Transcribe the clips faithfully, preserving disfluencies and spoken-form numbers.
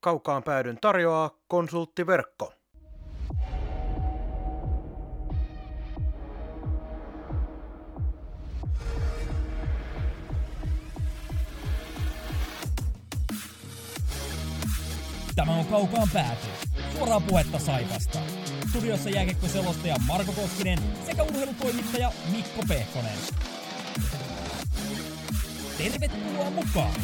Kaukaan päädyn tarjoaa Konsulttiverkko. Tämä on Kaukaan pääty. Suoraa puhetta Saipasta. Studiossa jääkiekkoselostaja Marko Koskinen sekä urheilutoimittaja Mikko Pehkonen. Tervetuloa mukaan!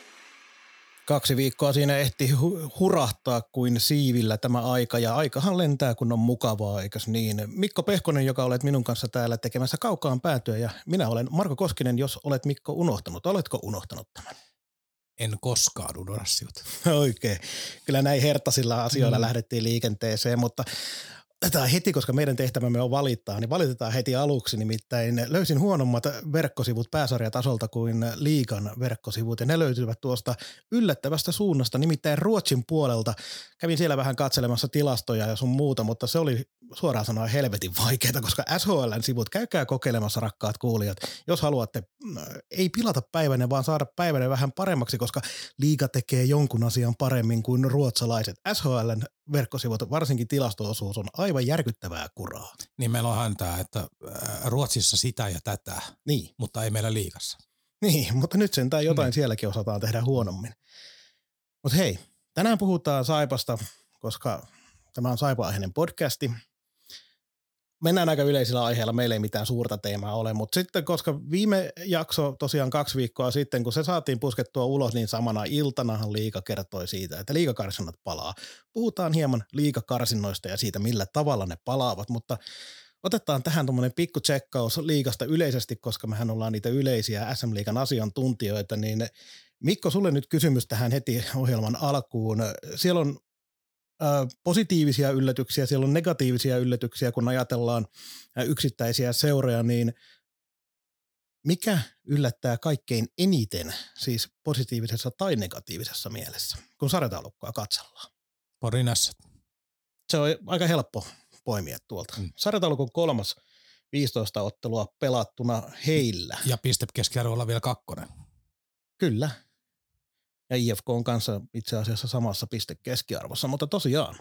Kaksi viikkoa siinä ehti hu- hurahtaa kuin siivillä tämä aika, ja aikahan lentää, kun on mukavaa, eikös niin? Mikko Pehkonen, joka olet minun kanssa täällä tekemässä Kaukaan päätyä, ja minä olen Marko Koskinen, jos olet Mikko unohtanut. Oletko unohtanut tämän? En koskaan unohda sinut. Oikein. Kyllä näin hertaisilla asioilla mm. lähdettiin liikenteeseen, mutta tätä heti, koska meidän tehtävämme on valittaa, niin valitetaan heti aluksi. Nimittäin löysin huonommat verkkosivut pääsarjatasolta kuin liigan verkkosivut, ja ne löytyvät tuosta yllättävästä suunnasta, nimittäin Ruotsin puolelta. Kävin siellä vähän katselemassa tilastoja ja sun muuta, mutta se oli suoraan sanoen helvetin vaikeaa, koska S H L:n sivut, käykää kokeilemassa, rakkaat kuulijat, jos haluatte, ei pilata päivänne, vaan saada päivänne vähän paremmaksi, koska liiga tekee jonkun asian paremmin kuin ruotsalaiset. S H L:n verkkosivut, varsinkin tilasto-osuus, on aivan järkyttävää kuraa. Niin meillä onhan tämä, että Ruotsissa sitä ja tätä, niin. Mutta ei meillä liigassa. Niin, mutta nyt sentään jotain niin. Sielläkin osataan tehdä huonommin. Mutta hei, tänään puhutaan Saipasta, koska tämä on Saipa-aiheinen podcasti. Mennään aika yleisillä aiheilla, meillä ei mitään suurta teemaa ole, mutta sitten koska viime jakso tosiaan kaksi viikkoa sitten, kun se saatiin puskettua ulos, niin samana iltanahan liiga kertoi siitä, että liigakarsinnat palaa. Puhutaan hieman liigakarsinnoista ja siitä, millä tavalla ne palaavat, mutta otetaan tähän tuommoinen pikku tsekkaus liigasta yleisesti, koska mehän ollaan niitä yleisiä S M-liigan asiantuntijoita, niin Mikko, sulle nyt kysymys tähän heti ohjelman alkuun. Siellä on positiivisia yllätyksiä, siellä on negatiivisia yllätyksiä, kun ajatellaan yksittäisiä seuroja, niin mikä yllättää kaikkein eniten, siis positiivisessa tai negatiivisessa mielessä, kun sarjataulukkoa katsellaan? Porin Ässät. Se on aika helppo poimia tuolta. Mm. Sarjataulukon kolmas viisitoista ottelua pelattuna heillä. Ja piste keskiarvolla vielä kakkonen. Kyllä. Ja I F K on kanssa itse asiassa samassa piste keskiarvossa, mutta tosiaan.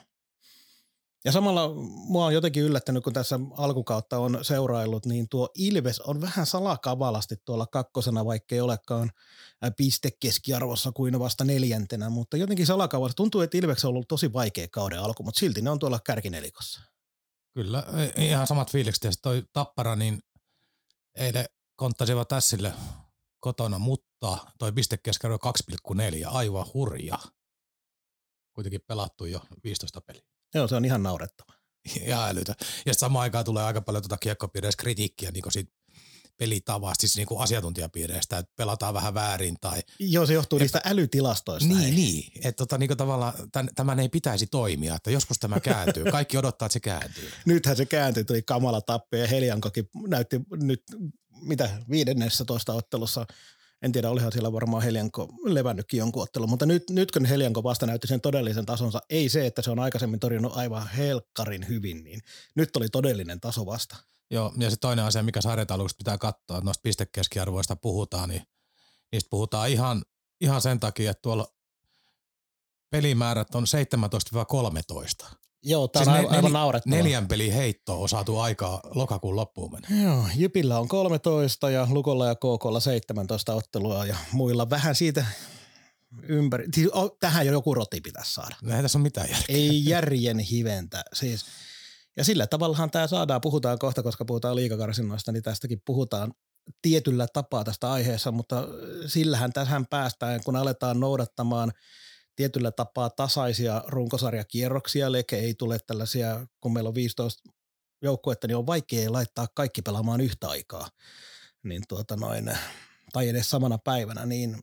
Ja samalla mua on jotenkin yllättänyt, kun tässä alkukautta on seuraillut, niin tuo Ilves on vähän salakavalasti tuolla kakkosena, vaikka ei olekaan piste keskiarvossa kuin vasta neljäntenä, mutta jotenkin salakavalasti. Tuntuu, että Ilves on ollut tosi vaikea kauden alku, mutta silti ne on tuolla kärkinelikossa. Kyllä, ihan samat fiilikset. Ja toi Tappara, niin eilen konttasivat Tässille kotona, mutta toi pistekeskiarvo kaksi pilkku neljä, aivan hurja. Kuitenkin pelattu jo viisitoista peliä. Joo, se on ihan naurettava. Ja älytä. Ja samaan aikaan tulee aika paljon tuota kiekkopiireissä kritiikkiä niin siitä pelitavasta, siis niin kuin asiantuntijapiireistä, että pelataan vähän väärin. Tai Joo, se johtuu et, niistä älytilastoista. Niin, ei. niin. Että tota, niin tavallaan tämän, tämän ei pitäisi toimia, että joskus tämä kääntyy. Kaikki odottaa, että se kääntyy. Nythän se kääntyi, tuli kamala tappio ja Heliankokin näytti nyt, mitä, viidennessä toista ottelussa. En tiedä, olihan siellä varmaan Helianko levännytkin jonkun ottelun, mutta nyt, nyt kun Helianko vasta näytti sen todellisen tasonsa, ei se, että se on aikaisemmin torjunut aivan helkkarin hyvin, niin nyt oli todellinen taso vasta. Joo, ja se toinen asia, mikä sarjatauluksesta pitää katsoa, että noista pistekeskiarvoista puhutaan, niin niistä puhutaan ihan, ihan sen takia, että tuolla pelimäärät on seitsemäntoista kolmetoista. Joo, tämä siis on aivan, aivan nel, naurettavaa. Neljän pelin heitto on saatu aikaa lokakuun loppuun mennä. Joo, Jypillä on kolmetoista ja Lukolla ja K K:lla seitsemäntoista ottelua ja muilla vähän siitä ympäri. Siis, oh, tähän jo joku roti pitäisi saada. Eihän tässä ole mitään järkeä. Ei järjen hiventä. Siis, ja sillä tavallahan tämä saadaan, puhutaan kohta, koska puhutaan liigakarsinnoista, niin tästäkin puhutaan tietyllä tapaa tästä aiheessa, mutta sillähän tähän päästään, kun aletaan noudattamaan tietyllä tapaa tasaisia runkosarjakierroksia, eli ei tule tällaisia, kun meillä on viisitoista joukkuetta, niin on vaikea laittaa kaikki pelaamaan yhtä aikaa, niin tuota noin, tai edes samana päivänä, niin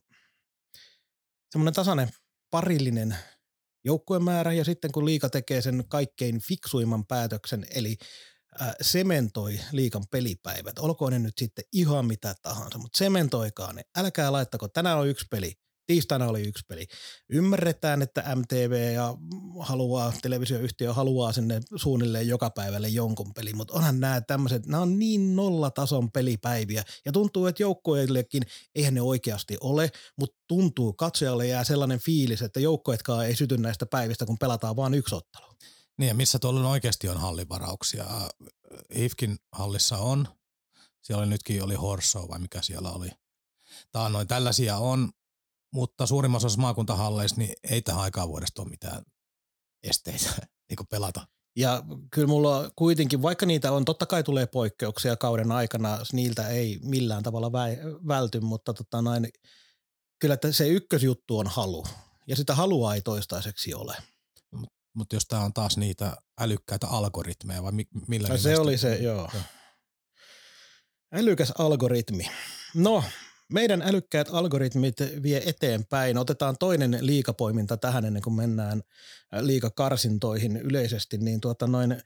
semmoinen tasainen parillinen joukkuemäärä, ja sitten kun liiga tekee sen kaikkein fiksuimman päätöksen, eli äh, sementoi liigan pelipäivät, olkoon ne nyt sitten ihan mitä tahansa, mutta sementoikaa ne, älkää laittako, tänään on yksi peli, Tiistaina oli yksi peli. Ymmärretään, että M T V ja haluaa, televisioyhtiö haluaa sinne suunnilleen joka päivälle jonkun peli, mutta onhan nämä tämmöiset, nämä on niin nollatason pelipäiviä ja tuntuu, että joukkueillekin eihän ne oikeasti ole, mutta tuntuu, katsojalle jää sellainen fiilis, että joukkueetkaan ei syty näistä päivistä, kun pelataan vain yksi ottelu. Niin ja missä tuolla oikeasti on hallivarauksia. H I F K:n hallissa on. Siellä oli nytkin oli Horso vai mikä siellä oli. Tää on noin tällaisia on, mutta suurimmassa osassa maakuntahalleissa niin ei tähän aikaan vuodesta ole mitään esteitä niin pelata. Ja kyllä mulla kuitenkin, vaikka niitä on, totta kai tulee poikkeuksia kauden aikana, niiltä ei millään tavalla vä- välty, mutta tota noin, kyllä se ykkösjuttu on halu. Ja sitä halua ei toistaiseksi ole. Mutta mut jos tämä on taas niitä älykkäitä algoritmeja vai mi- millä no, se oli se, joo. joo. Älykäs algoritmi. No, meidän älykkäät algoritmit vie eteenpäin. Otetaan toinen liigapoiminta tähän ennen kuin mennään liigakarsintoihin yleisesti. Niin tuota noin,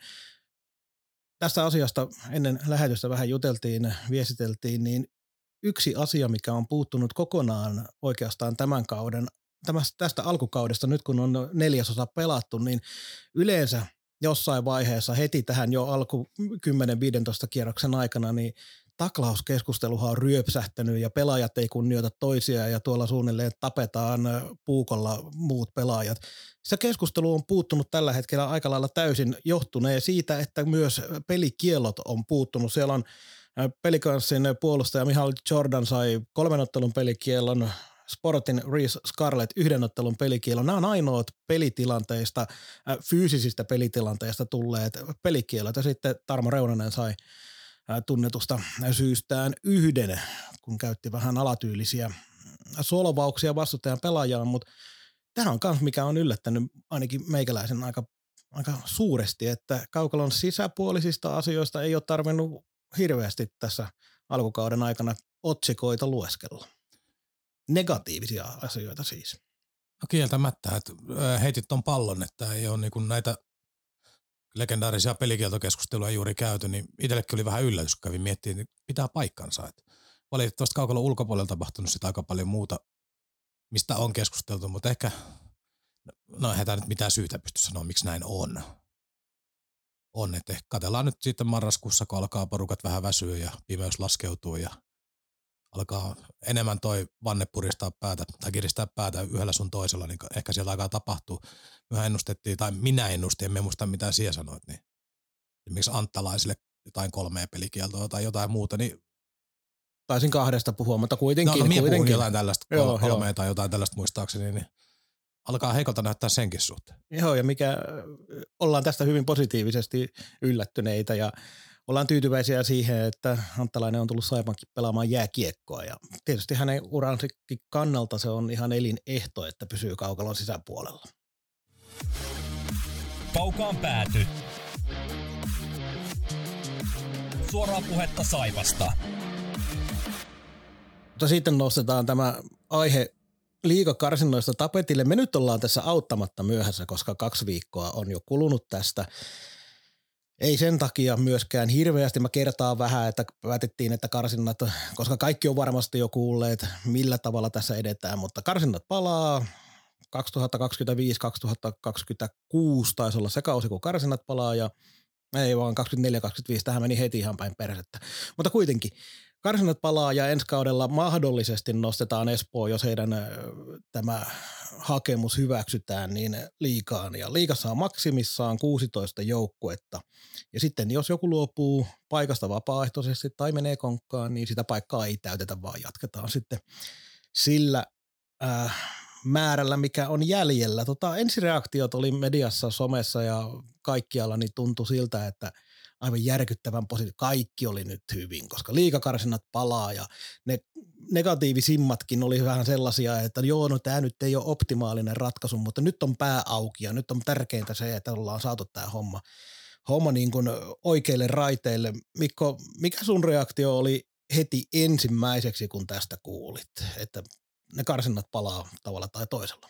tästä asiasta ennen lähetystä vähän juteltiin, viestiteltiin, niin yksi asia, mikä on puuttunut kokonaan oikeastaan tämän kauden, tästä alkukaudesta, nyt kun on neljäsosa pelattu, niin yleensä jossain vaiheessa heti tähän jo alku kymmenen viisitoista kierroksen aikana, niin taklauskeskusteluhan on ryöpsähtänyt ja pelaajat ei kunnioita toisiaan ja tuolla suunnilleen tapetaan puukolla muut pelaajat. Se keskustelu on puuttunut tällä hetkellä aika lailla täysin johtuneen siitä, että myös pelikiellot on puuttunut. Siellä on Pelicansin puolustaja Michael Jordan sai kolmen ottelun pelikiellon, Sportin Reece Scarlett yhden ottelun pelikiellon. Nämä on ainoat pelitilanteista, fyysisistä pelitilanteista tulleet pelikiellot ja sitten Tarmo Reunanen sai tunnetusta syystään yhden, kun käytti vähän alatyylisiä solvauksia vastustajan pelaajaan, mutta tämä on myös mikä on yllättänyt ainakin meikäläisen aika, aika suuresti, että kaukalon sisäpuolisista asioista ei ole tarvinnut hirveästi tässä alkukauden aikana otsikoita lueskella. Negatiivisia asioita siis. No kieltämättä, että heitit ton pallon, että ei ole niinku näitä legendaarisia pelikieltokeskusteluja juuri käyty, niin itsellekin oli vähän yllätys, kun kävin miettimään, niin pitää paikkansa. Että valitettavasti kaukalon ulkopuolella on tapahtunut sitä aika paljon muuta, mistä on keskusteltu, mutta ehkä, no eihän tämä nyt mitään syytä pysty sanoa, miksi näin on. On, että katsellaan nyt sitten marraskuussa, kun alkaa porukat vähän väsyä ja pimeys laskeutuu ja alkaa enemmän toi vanne puristaa päätä tai kiristää päätä yhdellä sun toisella, niin ehkä sieltä alkaa tapahtua. Mehän ennustettiin, tai minä ennustin, emme muista mitä sinä sanoit, niin esimerkiksi anttalaisille jotain kolmea pelikieltoa tai jotain muuta, niin taisin kahdesta puhua, mutta kuitenkin. No, no minä kuitenkin. puhun jotain tällaista, joo, kolmea joo. tai jotain tällaista muistaakseni, niin alkaa heikolta näyttää senkin suhteen. Joo, ja mikä ollaan tästä hyvin positiivisesti yllättyneitä ja ollaan tyytyväisiä siihen, että Anttalainen on tullut Saipankin pelaamaan jääkiekkoa ja tietysti hänen uransa kannalta se on ihan elinehto, että pysyy kaukalon sisäpuolella. Kaukaan pääty. Suoraa puhetta Saipasta. Mutta sitten nostetaan tämä aihe liigakarsinnoista tapetille. Me nyt ollaan tässä auttamatta myöhässä, koska kaksi viikkoa on jo kulunut tästä. Ei sen takia myöskään hirveästi. Mä kertaan vähän, että päätettiin, että karsinnat, koska kaikki on varmasti jo kuulleet, millä tavalla tässä edetään, mutta karsinnat palaa. kaksituhattakaksikymmentäviisi kaksituhattakaksikymmentäkuusi taisi olla se kausi, kun karsinnat palaa ja ei vaan kaksikymmentäneljä kaksikymmentäviisi, tähän meni heti ihan päin persettä. Mutta kuitenkin karsinnat palaa ja ensi kaudella mahdollisesti nostetaan Espoo, jos heidän tämä hakemus hyväksytään niin liigaan. Ja liigassa on maksimissaan kuusitoista joukkuetta. Ja sitten jos joku luopuu paikasta vapaaehtoisesti tai menee konkkaan, niin sitä paikkaa ei täytetä, vaan jatketaan sitten sillä äh, määrällä, mikä on jäljellä. Tota, ensireaktiot oli mediassa, somessa ja kaikkialla, niin tuntui siltä, että aivan järkyttävän positiivisesti. Kaikki oli nyt hyvin, koska liigakarsinnat palaa ja ne negatiivisimmatkin oli vähän sellaisia, että joo, no tämä nyt ei ole optimaalinen ratkaisu, mutta nyt on pää auki ja nyt on tärkeintä se, että ollaan saatu tämä homma, homma niin kuin oikeille raiteille. Mikko, mikä sun reaktio oli heti ensimmäiseksi, kun tästä kuulit, että ne karsinnat palaa tavalla tai toisella?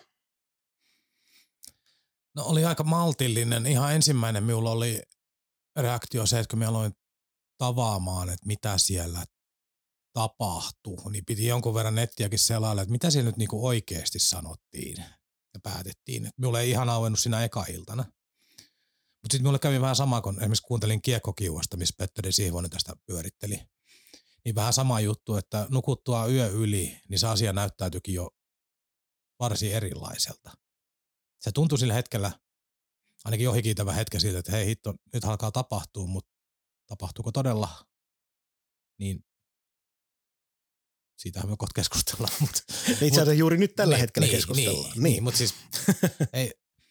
No oli aika maltillinen. Ihan ensimmäinen minulla oli reaktio se, että kun minä aloin tavaamaan, että mitä siellä tapahtui, niin piti jonkun verran nettiäkin selailla, että mitä siellä nyt niinku oikeasti sanottiin ja päätettiin. Et minulle ei ihan auennut siinä eka iltana. Mutta sitten minulle kävi vähän sama, kun esimerkiksi kuuntelin Kiekkokiuasta, missä Petteri Sihvonen tästä pyöritteli. Niin vähän sama juttu, että nukuttua yö yli, niin se asia näyttäytyikin jo varsin erilaiselta. Se tuntui sillä hetkellä, ainakin jo hikitävä hetken siitä, että hei hitto, nyt alkaa tapahtua, mutta tapahtuuko todella? Niin siitähän me kohta keskustellaan. Mutta, itse asiassa juuri nyt tällä niin, hetkellä niin, keskustellaan. Niin, niin. niin mutta siis ei,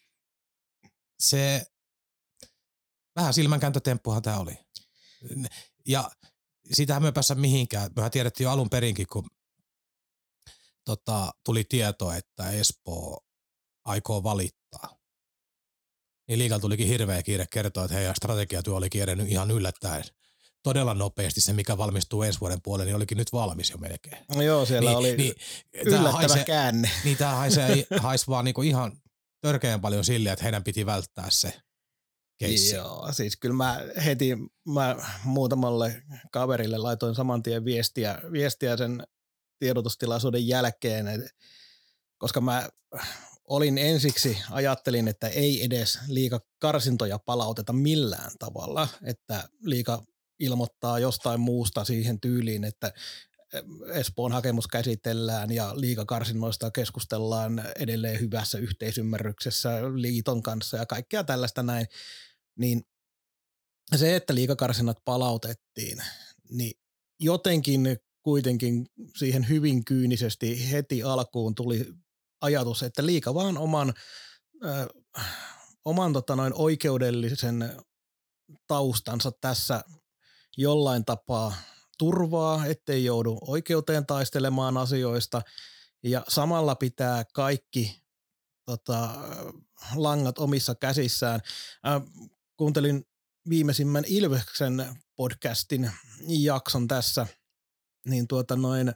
se vähän silmänkääntötemppuhan tämä oli. Ja siitähän me ei päässä mihinkään. Mehän tiedettiin jo alun perinkin, kun tota, tuli tieto, että Espoo aikoo valittaa. Niin liigalla tulikin hirveä kiire kertoa, että heidän strategiatyö olikin edennyt ihan yllättäen. Todella nopeasti se, mikä valmistuu ensi vuoden puolelle, niin olikin nyt valmis jo melkein. No joo, siellä niin, oli niin, yllättävä haise, käänne. Niin tämä haisee, haisi vaan niinku ihan törkeän paljon sille, että heidän piti välttää se keissi. Joo, siis kyllä mä heti mä muutamalle kaverille laitoin saman tien viestiä, viestiä sen tiedotustilaisuuden jälkeen, et, koska mä olin ensiksi, ajattelin, että ei edes liigakarsintoja palauteta millään tavalla, että liiga ilmoittaa jostain muusta siihen tyyliin, että Espoon hakemus käsitellään ja liigakarsinnoista keskustellaan edelleen hyvässä yhteisymmärryksessä liiton kanssa ja kaikkea tällaista näin, niin se, että liigakarsinnat palautettiin, niin jotenkin kuitenkin siihen hyvin kyynisesti heti alkuun tuli ajatus, että liiga vaan oman, äh, oman tota noin oikeudellisen taustansa tässä jollain tapaa turvaa, ettei joudu oikeuteen taistelemaan asioista ja samalla pitää kaikki tota, langat omissa käsissään. Äh, kuuntelin viimeisimmän Ilveksen podcastin jakson tässä, niin tuota noin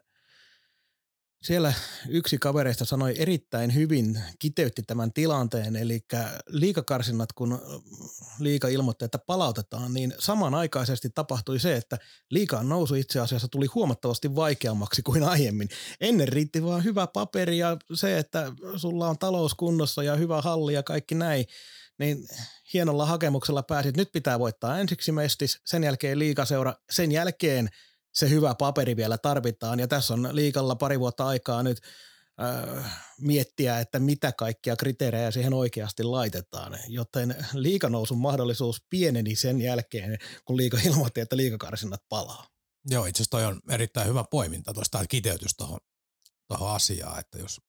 siellä yksi kavereista sanoi erittäin hyvin, kiteytti tämän tilanteen, eli liigakarsinnat, kun liiga ilmoitti, että palautetaan, niin samanaikaisesti tapahtui se, että liigan nousu itse asiassa tuli huomattavasti vaikeammaksi kuin aiemmin. Ennen riitti vaan hyvä paperi ja se, että sulla on talous kunnossa ja hyvä halli ja kaikki näin, niin hienolla hakemuksella pääsit. Nyt pitää voittaa ensiksi mestis, sen jälkeen liigaseura, sen jälkeen se hyvä paperi vielä tarvitaan ja tässä on liigalla pari vuotta aikaa nyt äh, miettiä, että mitä kaikkia kriteerejä siihen oikeasti laitetaan, joten liiganousun mahdollisuus pieneni sen jälkeen, kun liiga ilmoitti, että liigakarsinnat palaa. Joo, itse asiassa toi on erittäin hyvä poiminta tuosta kiteytys tuohon tohon asiaan, että jos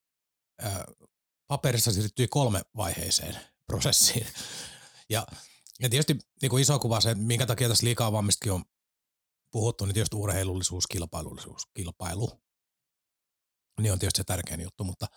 ää, paperissa siirtyy kolme vaiheeseen prosessiin ja, ja tietysti niin kuin iso kuva se, minkä takia tässä liiga-avaamistakin on puhuttu, niin tietysti urheilullisuus, kilpailullisuus, kilpailu, niin on tietysti se tärkein juttu, mutta,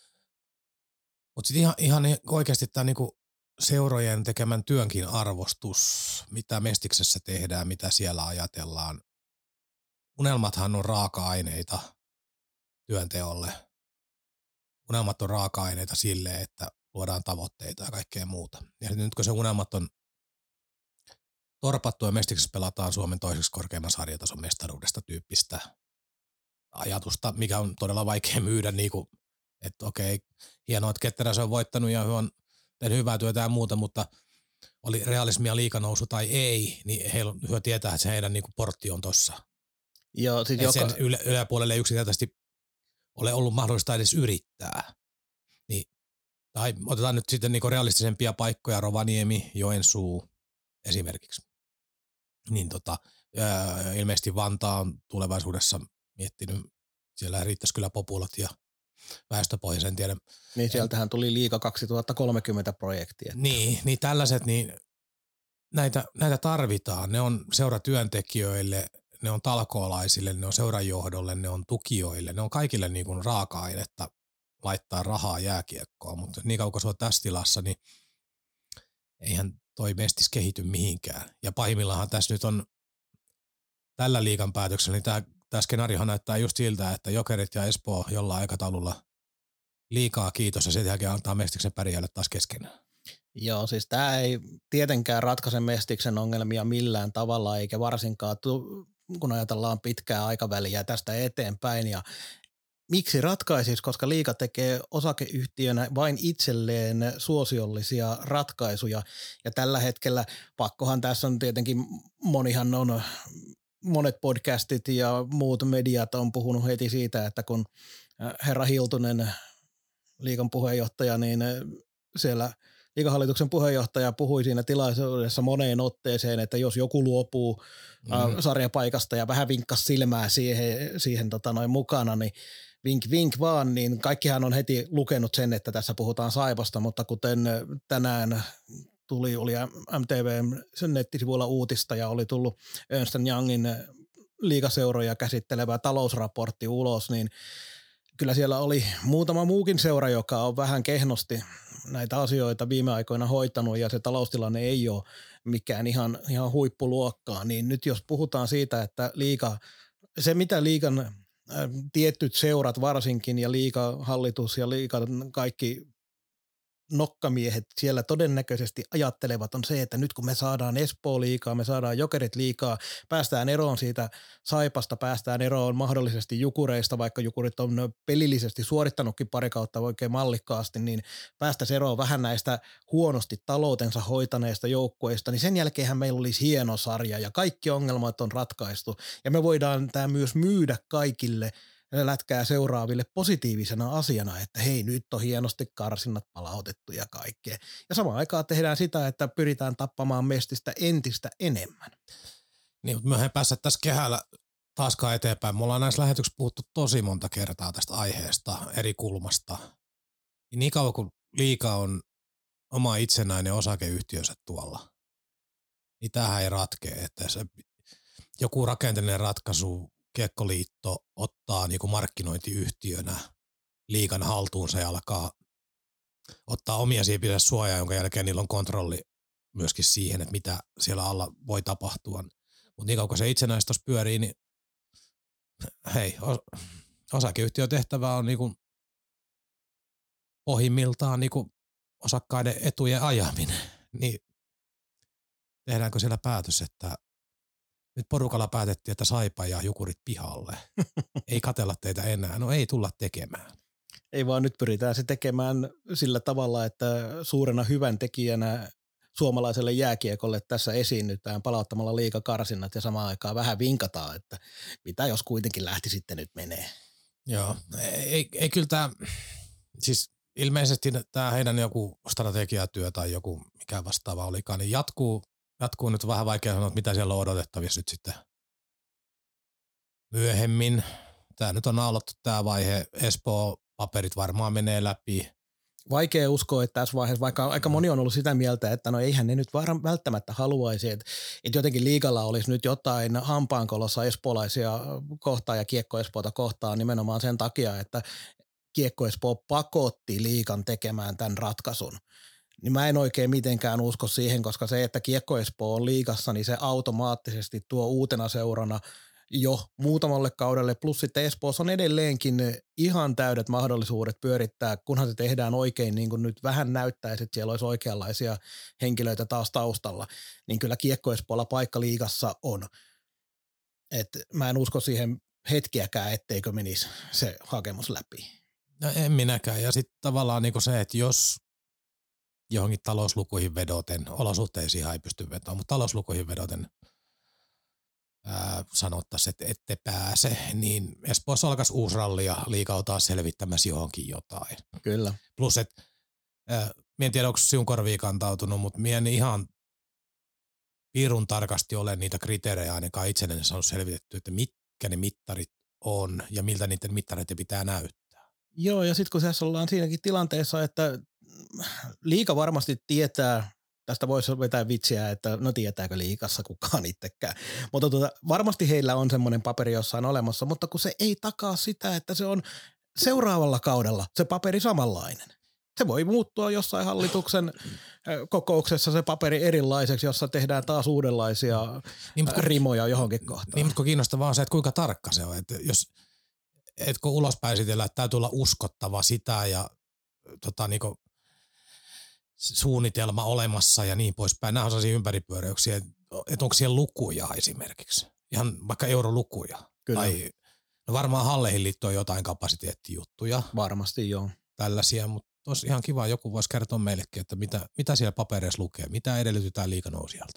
mutta sitten ihan, ihan oikeasti tämä niinku seurojen tekemän työnkin arvostus, mitä Mestiksessä tehdään, mitä siellä ajatellaan. Unelmathan on raaka-aineita työnteolle. Unelmat on raaka-aineita sille, että luodaan tavoitteita ja kaikkea muuta. Ja nyt kun se unelmat on torpattu ja Mestiksessä pelataan Suomen toiseksi korkeimman sarjatason mestaruudesta tyyppistä ajatusta, mikä on todella vaikea myydä, niin kuin, että okei, hienoa, että Ketterä se on voittanut ja on tehnyt hyvää työtä ja muuta, mutta oli realismia liiganousu tai ei, niin heillä hyvä tietää, että se heidän niin kuin portti on tossa. Joo, sit joka... joka... sen ylä, yläpuolelle ei yksinkertaisesti ole ollut mahdollista edes yrittää. Niin, tai otetaan nyt sitten niin kuin realistisempia paikkoja, Rovaniemi, Joensuu esimerkiksi. Niin tota, ää, ilmeisesti Vantaa on tulevaisuudessa miettinyt, siellä riittäisi kyllä populat ja väestöpohja, en tiedä. Niin sieltähän tuli liiga kaksituhattakolmekymmentä projekti. Että. Niin, niin tällaiset, niin näitä, näitä tarvitaan. Ne on seuratyöntekijöille, ne on talkoolaisille, ne on seurajohdolle, ne on tukijoille, ne on kaikille niin kuin raaka-ainetta laittaa rahaa jääkiekkoon, mutta niin kauan kun se on tässä tilassa, niin eihän toi mestis kehity mihinkään. Ja pahimmillaan tässä nyt on tällä liigan päätöksellä, niin tämä, tämä skenaariohan näyttää just siltä, että Jokerit ja Espoo jollain aikataululla liikaa kiitos ja sen jälkeen antaa Mestiksen pärjäälle taas keskenään. Joo, siis tämä ei tietenkään ratkaise Mestiksen ongelmia millään tavalla, eikä varsinkaan tu- kun ajatellaan pitkää aikaväliä tästä eteenpäin ja miksi ratkaisisi, koska liiga tekee osakeyhtiönä vain itselleen suosiollisia ratkaisuja ja tällä hetkellä pakkohan tässä on tietenkin monihan on, monet podcastit ja muut mediat on puhunut heti siitä, että kun herra Hiltunen, liigan puheenjohtaja, niin siellä liigahallituksen puheenjohtaja puhui siinä tilaisuudessa moneen otteeseen, että jos joku luopuu mm. sarjapaikasta ja vähän vinkkasi silmää siihen, siihen tota noin mukana, niin vink vink vaan, niin kaikkihan on heti lukenut sen, että tässä puhutaan Saipasta, mutta kuten tänään tuli, oli M T V:n nettisivuilla uutista ja oli tullut Ernst and Youngin liigaseuroja käsittelevä talousraportti ulos, niin kyllä siellä oli muutama muukin seura, joka on vähän kehnosti näitä asioita viime aikoina hoitanut ja se taloustilanne ei ole mikään ihan, ihan huippuluokkaa, niin nyt jos puhutaan siitä, että liiga, se mitä liigan äh, tietyt seurat varsinkin ja liigahallitus ja liigan kaikki nokkamiehet siellä todennäköisesti ajattelevat on se, että nyt kun me saadaan Espoo liigaa, me saadaan Jokerit liigaa, päästään eroon siitä Saipasta, päästään eroon mahdollisesti Jukureista, vaikka Jukurit on pelillisesti suorittanutkin pari kautta oikein mallikkaasti, niin päästäisiin eroon vähän näistä huonosti taloutensa hoitaneista joukkueista, niin sen jälkeenhän meillä olisi hieno sarja ja kaikki ongelmat on ratkaistu ja me voidaan tämä myös myydä kaikille lätkää seuraaville positiivisena asiana, että hei, nyt on hienosti karsinnat palautettu ja kaikkea. Ja samaan aikaan tehdään sitä, että pyritään tappamaan mestistä entistä enemmän. Niin, mutta me ei päässä tässä kehällä taaskaan eteenpäin. Me ollaan näissä lähetyksissä puhuttu tosi monta kertaa tästä aiheesta eri kulmasta. Niin kauan kuin liiga on oma itsenäinen osakeyhtiönsä tuolla, niin tämähän ei ratkea. Että se joku rakenteellinen ratkaisu, Kiekkoliitto ottaa niin kuin markkinointiyhtiönä liigan haltuunsa ja alkaa ottaa omia siipinsä suojaa, jonka jälkeen niillä on kontrolli myöskin siihen, että mitä siellä alla voi tapahtua. Mutta niin kauan kun se itsenäisesti tuossa pyörii, niin hei, osakeyhtiön tehtävä on niin kuin pohjimmiltaan niin kuin osakkaiden etujen ajaminen. Niin tehdäänkö siellä päätös, että nyt porukalla päätettiin, että Saipa ja Jukurit pihalle. Ei katella teitä enää. No ei tulla tekemään. Ei vaan nyt pyritään se tekemään sillä tavalla, että suurena hyvän tekijänä suomalaiselle jääkiekolle tässä esiinnytään palauttamalla liigakarsinnat ja samaan aikaan vähän vinkataan, että mitä jos kuitenkin lähti sitten nyt menee. Joo, ei, ei kyllä tämä, siis ilmeisesti tämä heidän joku strategiatyö tai joku mikä vastaava olikaan, niin jatkuu Jatkuu nyt vähän vaikea sanoa, että mitä siellä on odotettavissa nyt sitten myöhemmin. Tämä nyt on naulattu tämä vaihe. Espoo-paperit varmaan menee läpi. Vaikea uskoa, että tässä vaiheessa, vaikka aika moni on ollut sitä mieltä, että no eihän ne nyt välttämättä haluaisi, että, että jotenkin liigalla olisi nyt jotain hampaankolossa espoolaisia kohtaan ja Kiekko Espoota kohtaan nimenomaan sen takia, että Kiekko Espoo pakotti liigan tekemään tämän ratkaisun. Niin mä en oikein mitenkään usko siihen, koska se, että Kiekko Espoo on liigassa, niin se automaattisesti tuo uutena seurana jo muutamalle kaudelle, plus sitten Espoossa on edelleenkin ihan täydet mahdollisuudet pyörittää, kunhan se tehdään oikein, niin kuin nyt vähän näyttäisi, että siellä olisi oikeanlaisia henkilöitä taas taustalla, niin kyllä Kiekko Espoolla paikka liigassa on. Et mä en usko siihen hetkiäkään, etteikö menisi se hakemus läpi. No en minäkään, ja sitten tavallaan niin kuin se, että jos johonkin talouslukuihin vedoten, olosuhteisiin ei pysty vetoon, mutta talouslukuihin vedoten ää, sanottaisiin, että ette pääse, niin Espoossa alkaisi uusi ralli ja liiga on taas selvittämässä johonkin jotain. Kyllä. Plus, että minä en tiedä, onko sinun korviin kantautunut, mutta minä en ihan pirun tarkasti ole niitä kriteerejä ainakaan itselleen saanut selvitetty, että mitkä ne mittarit on ja miltä niiden mittareiden pitää näyttää. Joo, ja sitten kun tässä ollaan siinäkin tilanteessa, että liiga varmasti tietää, tästä voisi vetää vitsiä, että no tietääkö liigassa kukaan itsekään, mutta tuota, varmasti heillä on semmoinen paperi jossain olemassa, mutta kun se ei takaa sitä, että se on seuraavalla kaudella se paperi samanlainen. Se voi muuttua jossain hallituksen kokouksessa se paperi erilaiseksi, jossa tehdään taas uudenlaisia niin, kun, rimoja johonkin kohtaan. Niin, mutta kun kiinnostavaa on se, että kuinka tarkka se on, että jos et kun ulospäin esitellään, että täytyy olla uskottava sitä ja tota, niinku, suunnitelma olemassa ja niin poispäin. Nämä on sellaisia ympäripyöräyksiä, että onko siellä lukuja esimerkiksi. ihan vaikka eurolukuja. Kyllä. Tai no varmaan halleihin liittyy jotain kapasiteettijuttuja. Varmasti joo. Tällaisia, mutta olisi ihan kiva, joku voisi kertoa meillekin, että mitä, mitä siellä papereissa lukee, mitä edellytetään liiganousijalta.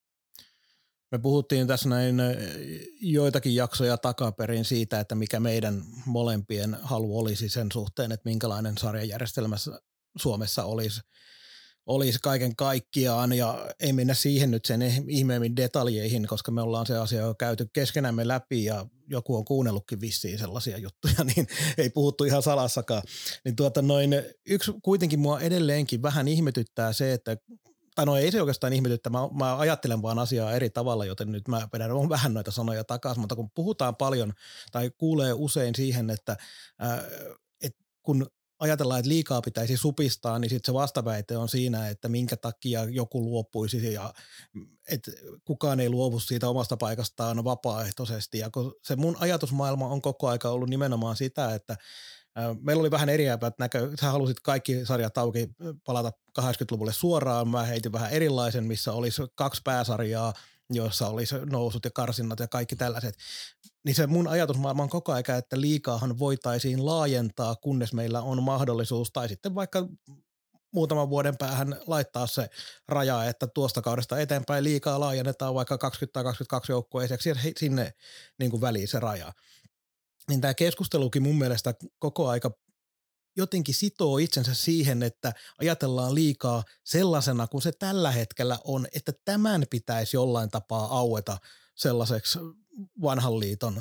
Me puhuttiin tässä näin joitakin jaksoja takaperin siitä, että mikä meidän molempien halu olisi sen suhteen, että minkälainen sarjajärjestelmä Suomessa olisi, olisi kaiken kaikkiaan, ja ei mennä siihen nyt sen ihmeemmin detaljeihin, koska me ollaan se asia jo käyty keskenämme läpi ja joku on kuunnellutkin vissiin sellaisia juttuja, niin ei puhuttu ihan salassakaan. Niin tuota noin, yksi kuitenkin mua edelleenkin vähän ihmetyttää se, että tai no ei se oikeastaan ihmetyttä, mä, mä ajattelen vaan asiaa eri tavalla, joten nyt mä vedän vähän noita sanoja takaisin, mutta kun puhutaan paljon tai kuulee usein siihen, että ää, et kun ajatellaan, että liikaa pitäisi supistaa, niin sitten se vastaväite on siinä, että minkä takia joku luopuisi ja että kukaan ei luovu siitä omasta paikastaan vapaaehtoisesti. Ja kun se mun ajatusmaailma on koko aika ollut nimenomaan sitä, että meillä oli vähän eriävät näkö, sä halusit kaikki sarjat auki palata kahdeksankymmentäluvulle suoraan, mä heitin vähän erilaisen, missä olisi kaksi pääsarjaa, joissa olisi nousut ja karsinnat ja kaikki tällaiset. Niin se mun ajatusmaailma on koko aika, että liigaahan voitaisiin laajentaa, kunnes meillä on mahdollisuus, tai sitten vaikka muutaman vuoden päähän laittaa se raja, että tuosta kaudesta eteenpäin liigaa laajennetaan vaikka kaksikymmentä tai kaksikymmentäkaksi joukkueiseksi ja sinne niin kuin väliin se raja. Niin tämä keskustelukin mun mielestä koko aika jotenkin sitoo itsensä siihen, että ajatellaan liikaa sellaisena kuin se tällä hetkellä on, että tämän pitäisi jollain tapaa aueta sellaiseksi vanhan liiton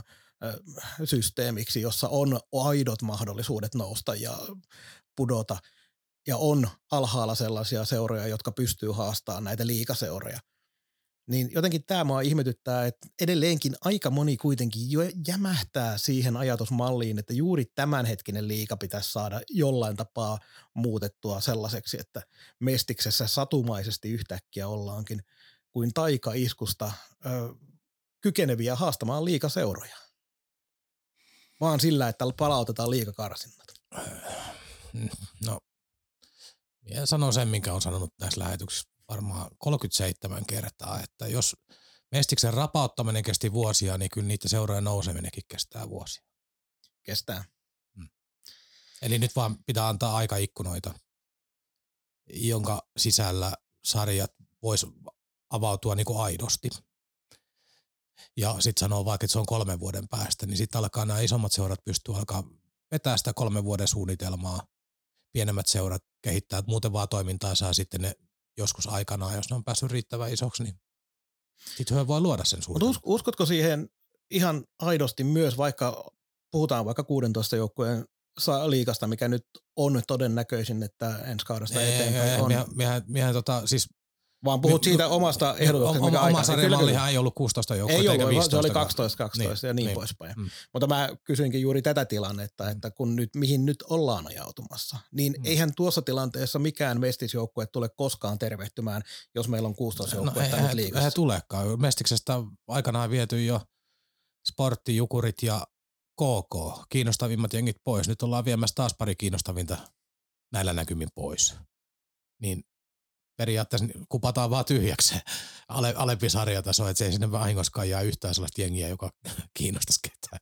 systeemiksi, jossa on aidot mahdollisuudet nousta ja pudota ja on alhaalla sellaisia seuroja, jotka pystyy haastamaan näitä liigaseuroja. Niin jotenkin tämä mua ihmetyttää, että edelleenkin aika moni kuitenkin jo jämähtää siihen ajatusmalliin, että juuri tämänhetkinen liiga pitäisi saada jollain tapaa muutettua sellaiseksi, että Mestiksessä satumaisesti yhtäkkiä ollaankin kuin taikaiskusta ö, kykeneviä haastamaan liigaseuroja. Vaan sillä, että palautetaan liigakarsinnat. No, minä sanon sen, minkä olen sanonut näissä lähetyksissä varmaan kolmekymmentäseitsemän kertaa, että jos Mestiksen rapauttaminen kesti vuosia, niin kyllä niitä seurojen nouseminenkin kestää vuosia. Kestää. Hmm. Eli nyt vaan pitää antaa aikaikkunoita, jonka sisällä sarjat vois avautua niin kuin aidosti. Ja sitten sanoo vaikka, että se on kolmen vuoden päästä, niin sitten alkaa nämä isommat seurat pystyä alkaa vetää sitä kolmen vuoden suunnitelmaa. Pienemmät seurat kehittää, että muuten vaan toimintaa saa sitten ne joskus aikanaan, jos ne on päässyt riittävän isoksi, niin sitten he voi luoda sen suunnitelman. Mutta uskotko siihen ihan aidosti myös, vaikka puhutaan vaikka kuudentoista joukkueen liigasta, mikä nyt on todennäköisin, että ensi kaudesta ei, eteenpäin ei, on. Miehän, miehän, miehän tota, siis vaan puhut siitä omasta ehdotuksesta, mikä oma sarjamallihan ei ollut kuusitoista joukkuetta eikä viisitoista. Se oli kaksitoista kaksitoista niin, ja niin, niin poispäin. Mm. Mutta mä kysyinkin juuri tätä tilannetta, että kun nyt, mihin nyt ollaan ajautumassa, niin mm. eihän tuossa tilanteessa mikään mestisjoukkue tule koskaan tervehtymään, jos meillä on kuusitoista joukkuetta no, nyt liigassa. Eihän tulekaan. Mestiksestä aikanaan viety jo Sportti, Jukurit ja K K, kiinnostavimmat jengit pois. Nyt ollaan viemässä taas pari kiinnostavinta näillä näkymin pois. Niin periaatteessa kupataan vaan tyhjäksi ale, alempi sarjataso, että se ei sinne vahingoskaan jää yhtään sellaista jengiä, joka kiinnostaisi ketään.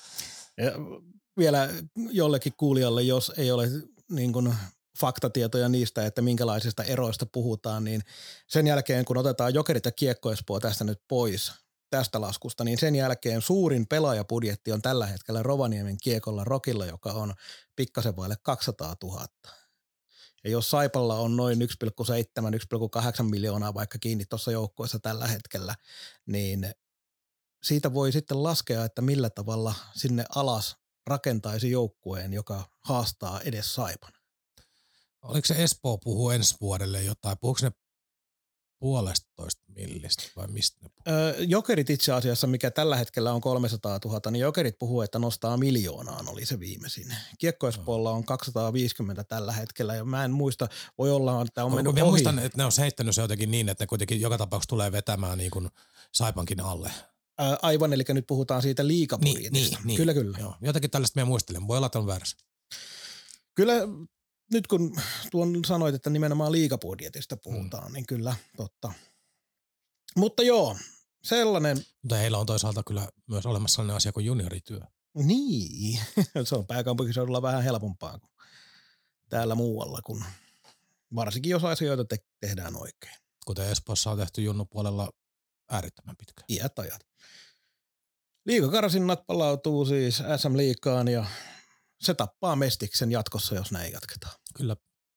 Ja vielä jollekin kuulijalle, jos ei ole niin kuin faktatietoja niistä, että minkälaisista eroista puhutaan, niin sen jälkeen kun otetaan Jokerit ja Kiekko Espoo tästä nyt pois tästä laskusta, niin sen jälkeen suurin pelaajapudjetti on tällä hetkellä Rovaniemen Kiekolla Rokilla, joka on pikkasen vaille kaksisataatuhatta. Ja jos Saipalla on noin yksi pilkku seitsemän - yksi pilkku kahdeksan miljoonaa vaikka kiinni tuossa joukkueessa tällä hetkellä, niin siitä voi sitten laskea, että millä tavalla sinne alas rakentaisi joukkueen, joka haastaa edes Saipan. Oliko se Espoo puhuu ensi vuodelle jotain? Puhuuko ne puolestoista millistä vai mistä ne puhuu? Öö, Jokerit itse asiassa, mikä tällä hetkellä on kolmesataatuhatta, niin Jokerit puhuu, että nostaa miljoonaan, oli se viimeisin. Kiekko Espoolla on kaksisataaviisikymmentä tällä hetkellä ja mä en muista, voi olla, että on mennyt mä ohi. muistan, että ne on heittänyt se jotenkin niin, että ne kuitenkin joka tapauksessa tulee vetämään niin kuin Saipankin alle. Ää, aivan, eli nyt puhutaan siitä liigabudjetista. Niin, niin, niin. Kyllä, kyllä. Joo, jotakin tällaista me muistelen. Voi olla, että on väärässä. Kyllä nyt kun tuon sanoit, että nimenomaan liigabudjetista puhutaan, mm. niin kyllä totta. Mutta joo, sellainen. Mutta heillä on toisaalta kyllä myös olemassa sellainen asia kuin juniorityö. Niin, se on pääkaupunkiseudulla vähän helpompaa kuin täällä muualla, kun varsinkin jos asioita te- tehdään oikein. Kuten Espoossa on tehty junnupuolella äärettömän pitkään. Iät ajat. Liigakarsinnat palautuu siis S M-liigaan ja se tappaa Mestiksen jatkossa, jos näin jatketaan. Kyllä.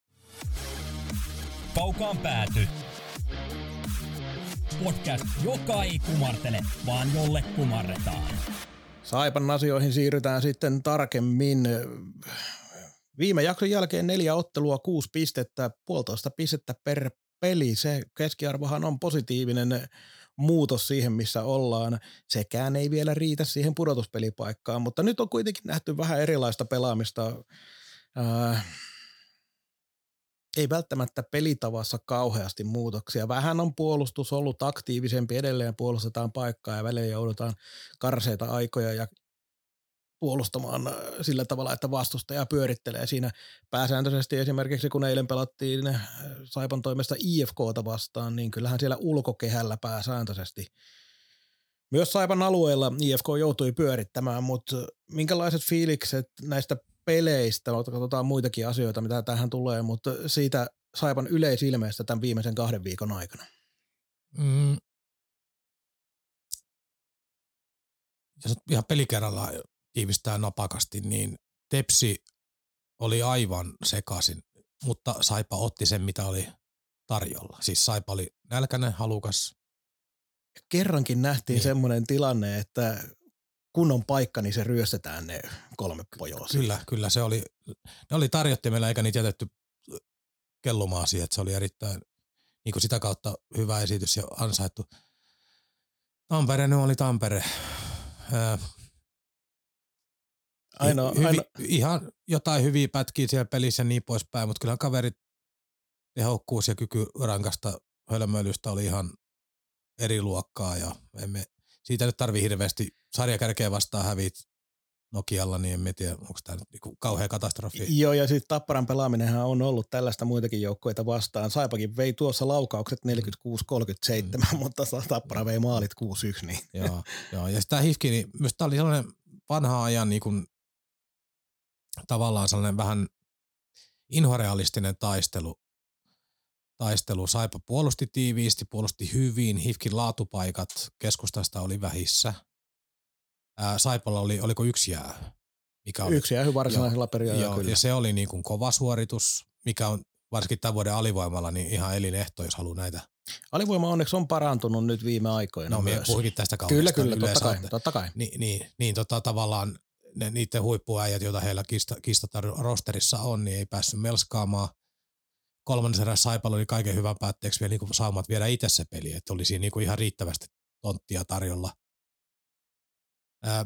Kaukaan pääty. Podcast, joka ei kumartele, vaan jolle kumarretaan. Saipan asioihin siirrytään sitten tarkemmin. Viime jakson jälkeen neljä ottelua, kuusi pistettä, puolitoista pistettä per peli. Se keskiarvohan on positiivinen muutos siihen, missä ollaan. Sekään ei vielä riitä siihen pudotuspelipaikkaan, mutta nyt on kuitenkin nähty vähän erilaista pelaamista. Ää, ei välttämättä pelitavassa kauheasti muutoksia. Vähän on puolustus ollut aktiivisempi, edelleen puolustetaan paikkaa ja välillä joudutaan karseita aikoja ja puolustamaan sillä tavalla, että vastustaja pyörittelee siinä pääsääntöisesti. Esimerkiksi kun eilen pelattiin Saipan toimesta I F K:ta vastaan, niin kyllähän siellä ulkokehällä pääsääntöisesti myös Saipan alueella I F K joutui pyörittämään, mutta minkälaiset fiilikset näistä peleistä, katsotaan muitakin asioita, mitä tähän tulee, mutta siitä Saipan yleisilmeestä tämän viimeisen kahden viikon aikana? Mm. Jos ihan pelikerralla tiivistää napakasti, niin Tepsi oli aivan sekaisin, mutta Saipa otti sen, mitä oli tarjolla. Siis Saipa oli nälkäinen, halukas. Kerrankin nähtiin niin. semmoinen tilanne, että kun on paikka, niin se ryöstetään ne kolme pojoa. Kyllä, kyllä se oli, ne oli tarjottimella eikä niitä jätetty kellumaan siihen, että se oli erittäin niin kuin sitä kautta hyvä esitys ja ansaittu. Tampere, ne oli Tampere. Ää, Ainoa, hyvi, aino... Ihan jotain hyviä pätkiä siellä pelissä ja niin poispäin, mutta kyllähän kaverit tehokkuus ja kyky rankasta hölmöilystä oli ihan eri luokkaa ja emme, siitä nyt tarvii hirveästi sarjakärkeä vastaan häviit Nokialla, niin en tiedä, onko tämä nyt niinku kauhea katastrofi. Joo, ja sitten Tapparan pelaaminenhan on ollut tällaista muitakin joukkoita vastaan. Saipakin vei tuossa laukaukset neljäkymmentäkuusi kolmekymmentäseitsemän, mm. mutta Tappara vei maalit kuusi yksi. Niin. Joo, joo, ja sitä Hifki, niin myös tämä oli sellainen vanha ajan niin kuin, tavallaan sellainen vähän inhorealistinen taistelu. Taistelu. Saipa puolusti tiiviisti, puolusti hyvin, Hifkin laatupaikat keskustasta oli vähissä. Ää, Saipalla oli, oliko yksi jää? Mikä oli, yksi jää varsinaisella periaatteella. Ja se oli niin kuin kova suoritus, mikä on varsinkin tämän vuoden alivoimalla niin ihan elinehto, jos haluaa näitä. Alivoima onneksi on parantunut nyt viime aikoina no, myös. No me puhuikin tästä kaudesta. Kyllä, kyllä, totta kai, totta kai. Ni, niin, niin tota, tavallaan ne, niiden huippuäijät, joita heillä kista, kistata rosterissa on, niin ei päässyt melskaamaan. Kolmannen erän Saipalla oli kaiken hyvän päätteeksi vielä niin saumat viedä itse se peli, että oli siinä niin ihan riittävästi tonttia tarjolla. Ää,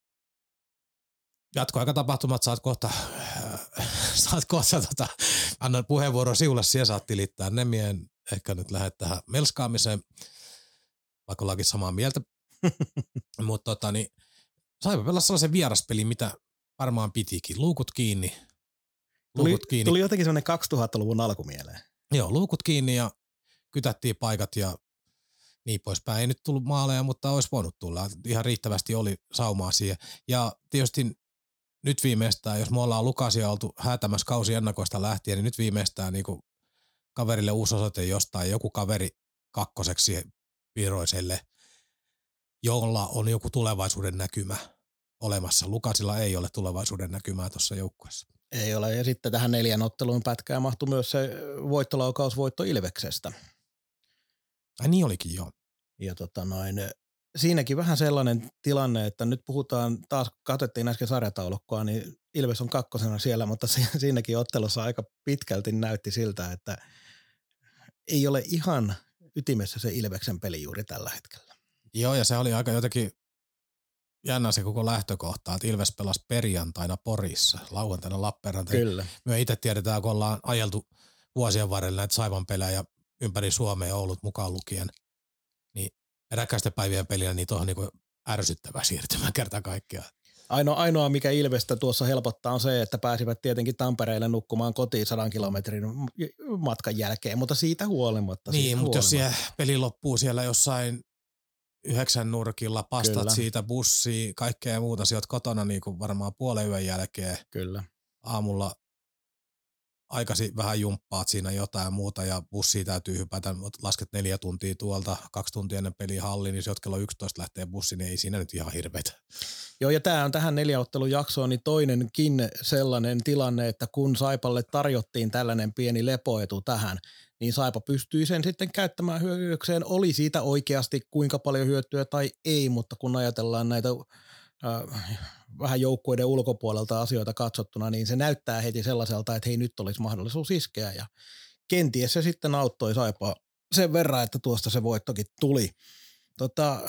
jatkoaikatapahtumat saat kohta, äh, saat kohta tota, annan puheenvuoron siulle, siellä saat tilittää ne mien, ehkä nyt lähdet tähän melskaamiseen, vaikka ollaankin samaa mieltä, mutta tota niin, Saipa pelasi sellaisen vieraspeli, mitä varmaan pitikin, luukut kiinni. Luukut tuli, kiinni. Tuli jotenkin sellainen kaksituhattaluvun alku mieleen. Joo, luukut kiinni ja kytättiin paikat ja niin poispäin. Ei nyt tullut maaleja, mutta olisi voinut tulla. Ihan riittävästi oli saumaa siihen. Ja tietysti nyt viimeistään, jos me ollaan Lukasia oltu häätämässä kausi ennakoista lähtien, niin nyt viimeistään niin kuin kaverille uusi osoite jostain, joku kaveri kakkoseksi Piroiselle, jolla on joku tulevaisuuden näkymä olemassa. Lukasilla ei ole tulevaisuuden näkymää tuossa joukkueessa. Ei ole. Ja sitten tähän neljän otteluun pätkään mahtui myös se voittolaukaus voitto Ilveksestä. Ai niin olikin, joo. Ja tota noin, siinäkin vähän sellainen tilanne, että nyt puhutaan, taas katsottiin äsken sarjataulukkoa, niin Ilves on kakkosena siellä, mutta siinäkin ottelussa aika pitkälti näytti siltä, että ei ole ihan ytimessä se Ilveksen peli juuri tällä hetkellä. Joo, ja se oli aika jotenkin jännä se koko lähtökohta, että Ilves pelasi perjantaina Porissa, lauantaina Lappeenrantaan. Kyllä. Me itse tiedetään, kun ollaan ajeltu vuosien varrella näitä Saipan pelejä ympäri Suomea Oulut mukaan lukien, niin eräkäisten päivien pelinä niin tuohon niin ärsyttävä siirtymä kerta kaikkiaan. Ainoa, ainoa, mikä Ilvestä tuossa helpottaa on se, että pääsivät tietenkin Tampereelle nukkumaan kotiin sadan kilometrin matkan jälkeen, mutta siitä huolimatta. Niin, siitä mutta huolimatta. jos siellä peli loppuu siellä jossain yhdeksän nurkilla, pastat Kyllä. siitä bussiin, kaikkea muuta. Sä oot kotona niin kuin varmaan puolen yön jälkeen. Kyllä. Aamulla aikaisin vähän jumppaat siinä jotain ja muuta ja bussiin täytyy hypätä, lasket neljä tuntia tuolta, kaksi tuntia ennen peliä halliin, niin se oot kello yksitoista lähtee bussiin, niin ei siinä nyt ihan hirveetä. Joo, ja tämä on tähän neljäottelun jaksoon niin toinenkin sellainen tilanne, että kun Saipalle tarjottiin tällainen pieni lepoetu tähän, niin Saipa pystyi sen sitten käyttämään hyödykseen. Oli siitä oikeasti kuinka paljon hyötyä tai ei, mutta kun ajatellaan näitä äh, vähän joukkueiden ulkopuolelta asioita katsottuna, niin se näyttää heti sellaiselta, että hei, nyt olisi mahdollisuus iskeä ja kenties se sitten auttoi Saipaa sen verran, että tuosta se voittokin tuli. Tota,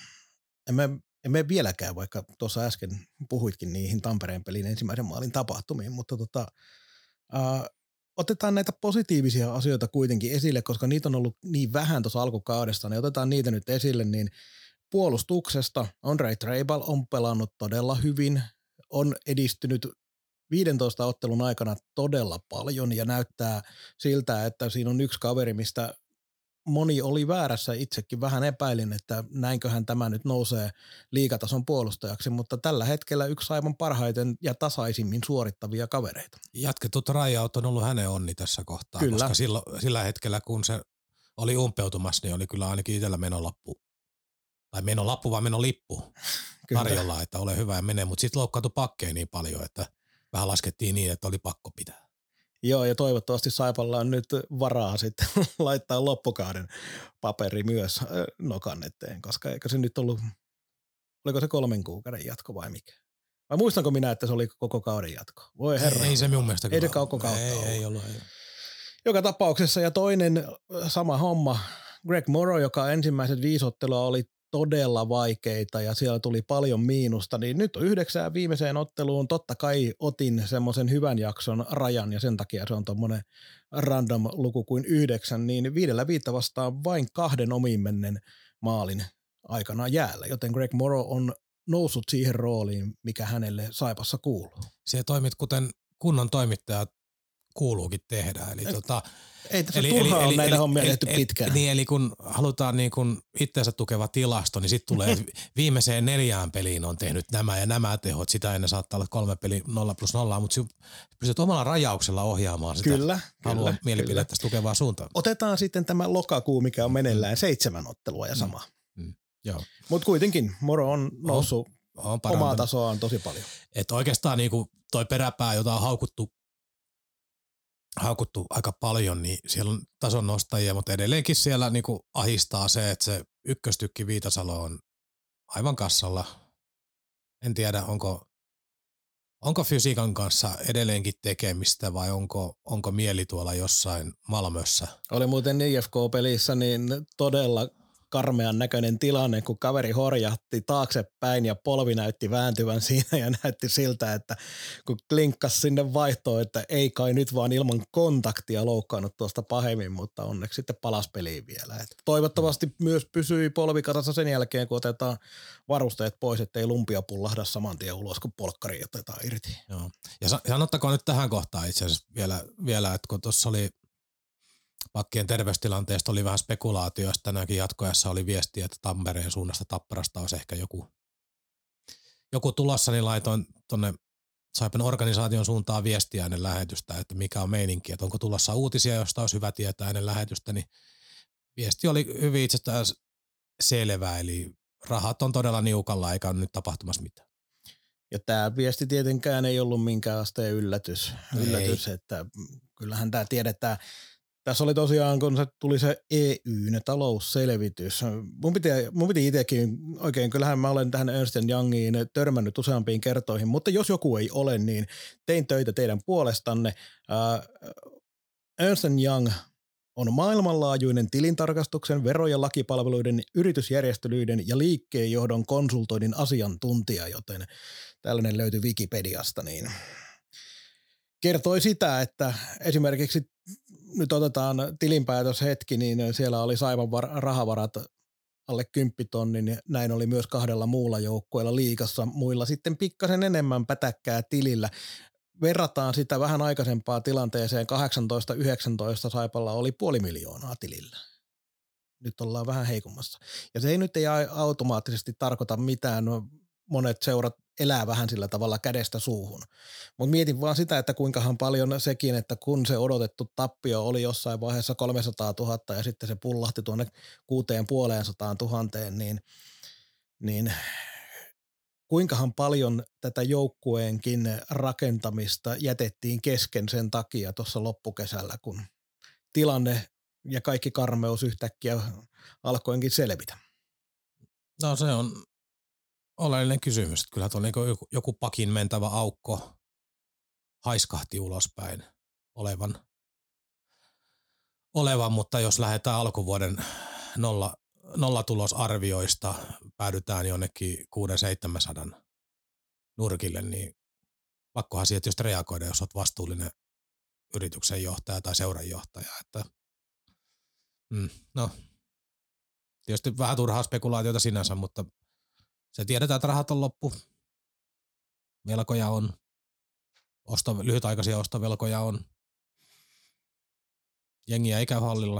emme, emme vieläkään, vaikka tuossa äsken puhuitkin niihin Tampereen pelin ensimmäisen maalin tapahtumiin, mutta tota, äh, otetaan näitä positiivisia asioita kuitenkin esille, koska niitä on ollut niin vähän tuossa alkukaudesta, niin otetaan niitä nyt esille, niin puolustuksesta Ondrej Treibal on pelannut todella hyvin, on edistynyt viidentoista ottelun aikana todella paljon ja näyttää siltä, että siinä on yksi kaveri, mistä moni oli väärässä, itsekin vähän epäilin, että näinköhän tämä nyt nousee liigatason puolustajaksi, mutta tällä hetkellä yksi aivan parhaiten ja tasaisimmin suorittavia kavereita. Jatketut rajaut on ollut hänen onni tässä kohtaa, Kyllä. koska silloin, sillä hetkellä kun se oli umpeutumassa, niin oli kyllä ainakin itsellä menolappu, tai menolappu vai menolippu tarjolla, että ole hyvä ja mene, mutta sitten loukkaantui pakkeen niin paljon, että vähän laskettiin niin, että oli pakko pitää. Joo, ja toivottavasti Saipalla on nyt varaa sitten laittaa loppukauden paperi myös nokan eteen, koska eikö se nyt ollut, oliko se kolmen kuukauden jatko vai mikä? Vai muistanko minä, että se oli koko kauden jatko? Voi herra. Ei, ei se minun mielestä Ei kyllä. se koko kautta ei, ollut. ei ollut. Ei. Joka tapauksessa ja toinen sama homma, Greg Morrow, joka ensimmäiset viisi ottelua oli todella vaikeita ja siellä tuli paljon miinusta, niin nyt on yhdeksään viimeiseen otteluun. Totta kai otin semmoisen hyvän jakson rajan ja sen takia se on tommoinen random luku kuin yhdeksän, niin viidellä viittä vastaan vain kahden omiin mennen maalin aikana jäällä, joten Greg Morrow on noussut siihen rooliin, mikä hänelle Saipassa kuuluu. Se toimit kuten kunnon toimittajat kuuluukin tehdä. Eli, tota, Ei tässä turhaa ole näitä hommia tehty pitkään. Niin, eli kun halutaan niin kun itseänsä tukeva tilasto, niin sitten tulee viimeiseen neljään peliin on tehnyt nämä ja nämä tehot. Sitä ennen saattaa olla kolme peli nolla plus nolla, mutta pystyt omalla rajauksella ohjaamaan sitä kyllä, halua kyllä, mielipidettä tukevaa suuntaan. Otetaan sitten tämä lokakuu, mikä on meneillään seitsemän ottelua ja sama. Mm. Mm. Joo. Mutta kuitenkin Moro on noussut on, on omaa tasoaan tosi paljon. Että oikeastaan niinku toi peräpää, jota on haukuttu haukuttu aika paljon, niin siellä on tason nostajia, mutta edelleenkin siellä niinku ahistaa se, että se ykköstykki Viitasalo on aivan kassalla. En tiedä, onko, onko fysiikan kanssa edelleenkin tekemistä vai onko, onko mieli tuolla jossain Malmössä. Oli muuten I F K-pelissä niin todella karmean näköinen tilanne, kun kaveri horjahti taaksepäin ja polvi näytti vääntyvän siinä ja näytti siltä, että kun klinkkasi sinne vaihtoon, että ei kai nyt vaan ilman kontaktia loukkaannut tuosta pahemmin, mutta onneksi sitten palasi peliin vielä. Et toivottavasti myös pysyi polvi kasassa sen jälkeen, kun otetaan varusteet pois, ettei lumpia pullahda saman tien ulos, kun polkkari otetaan irti. Joo. Ja sanottakoon nyt tähän kohtaan itse asiassa vielä, vielä että kun tuossa oli pakkien terveystilanteesta oli vähän spekulaatioista. Tänäänkin jatkoajassa oli viestiä, että Tampereen suunnasta Tapparasta olisi ehkä joku, joku tulossa, niin laitoin tuonne Saipan organisaation suuntaan viestiä ennen lähetystä, että mikä on meininki, että onko tulossa uutisia, josta olisi hyvä tietää ennen lähetystä, niin viesti oli hyvin itsestään selvä, eli rahat on todella niukalla, eikä ole nyt tapahtumassa mitään. Ja tämä viesti tietenkään ei ollut minkään asteen yllätys, yllätys että kyllähän tämä tiedetään. Tässä oli tosiaan, kun se tuli se E Y:n talousselvitys. Mun piti, mun piti itsekin oikein, kyllähän mä olen tähän Ernst and Youngiin törmännyt useampiin kertoihin, mutta jos joku ei ole, niin tein töitä teidän puolestanne. Ernst and Young on maailmanlaajuinen tilintarkastuksen, vero- ja lakipalveluiden, yritysjärjestelyiden ja liikkeenjohdon konsultoinnin asiantuntija, joten tällainen löytyi Wikipediasta, niin kertoi sitä, että esimerkiksi nyt otetaan tilinpäätöshetki, niin siellä oli Saipan rahavarat alle kymppitonnin, niin näin oli myös kahdella muulla joukkueella liigassa, muilla sitten pikkasen enemmän pätäkkää tilillä. Verrataan sitä vähän aikaisempaa tilanteeseen, kahdeksantoista yhdeksäntoista Saipalla oli puoli miljoonaa tilillä. nyt ollaan vähän heikommassa. Ja se ei nyt ei automaattisesti tarkoita mitään, no, monet seurat elää vähän sillä tavalla kädestä suuhun. Mutta mietin vaan sitä, että kuinkahan paljon sekin, että kun se odotettu tappio oli jossain vaiheessa kolmesataatuhatta ja sitten se pullahti tuonne kuuteen puoleen sataan tuhanteen, niin, niin kuinkahan paljon tätä joukkueenkin rakentamista jätettiin kesken sen takia tuossa loppukesällä, kun tilanne ja kaikki karmeus yhtäkkiä alkoinkin selvitä. No se on oleellinen kysymys. Kyllä tuolla niin joku, joku pakin mentävä aukko haiskahti ulospäin olevan, olevan, mutta jos lähdetään alkuvuoden nolla, nollatulosarvioista, päädytään jonnekin kuusi seitsemänsataa nurkille, niin pakkohan siihen tietysti reagoida, jos olet vastuullinen yrityksen johtaja tai seuran johtaja. Että, mm, no, tietysti vähän turhaa spekulaatiota sinänsä, mutta se tiedetään, että rahat on loppu. Velkoja on. Osto, lyhytaikaisia ostovelkoja on. Jengiä ei käy hallilla.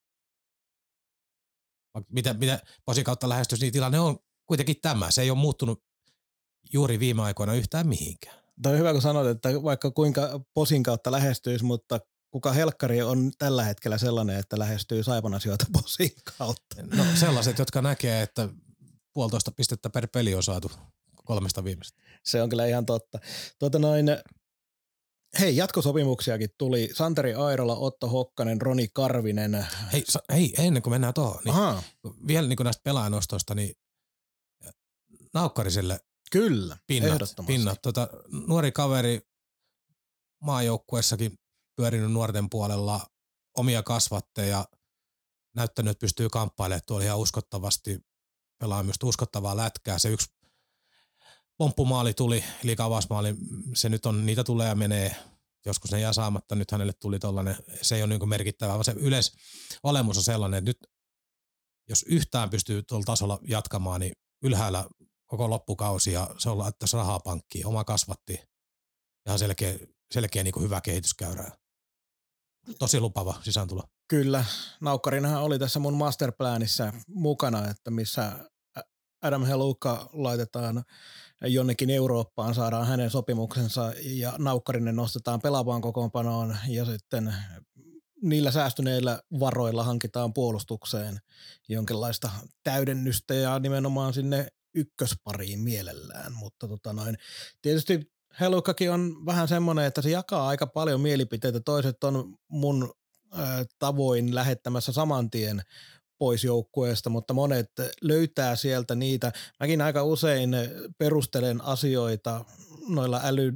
Mitä, mitä posin kautta lähestyisi, niin tilanne on kuitenkin tämä. Se ei ole muuttunut juuri viime aikoina yhtään mihinkään. Tämä on hyvä, kun sanoit, että vaikka kuinka posin kautta lähestyisi, mutta kuka helkkari on tällä hetkellä sellainen, että lähestyy Saipan asioita posin kautta? No sellaiset, jotka näkee, että puolitoista pistettä per peli on saatu kolmesta viimeistä. Se on kyllä ihan totta. Tuota noin, hei, jatkosopimuksiakin tuli. Santeri Airola, Otto Hokkanen, Roni Karvinen. Hei, sa- hei ennen kuin mennään tuohon, niin vielä niin kuin näistä pelaajanostoista, niin Naukkariselle kyllä, pinnat. ehdottomasti. pinnat. Tota, nuori kaveri maajoukkuessakin pyörinyt nuorten puolella, omia kasvatteja, näyttänyt, että pystyy kamppailemaan tuolla ihan uskottavasti, pelaa myös uskottavaa lätkää. Se yksi pomppumaali tuli, eli avausmaali, se nyt on, niitä tulee ja menee, joskus ne jää saamatta, nyt hänelle tuli tollainen, se ei ole niin merkittävää, vaan se yleisolemus on sellainen, että nyt jos yhtään pystyy tuolla tasolla jatkamaan, niin ylhäällä koko loppukausi ja se on laittaisi rahaa pankkiin, oma kasvatti, ihan selkeä, selkeä niin kuin hyvä kehityskäyrä. Tosi lupava sisääntulo. Kyllä, Naukkarinahan oli tässä mun masterplanissa mukana, että missä Adam Helukka laitetaan jonnekin Eurooppaan, saadaan hänen sopimuksensa ja Naukkarinen nostetaan pelaavaan kokoonpanoon ja sitten niillä säästyneillä varoilla hankitaan puolustukseen jonkinlaista täydennystä ja nimenomaan sinne ykköspariin mielellään, mutta tota noin, tietysti Helukkakin on vähän semmoinen, että se jakaa aika paljon mielipiteitä, toiset on mun äh, tavoin lähettämässä saman tien pois joukkueesta, mutta monet löytää sieltä niitä. Mäkin aika usein perustelen asioita noilla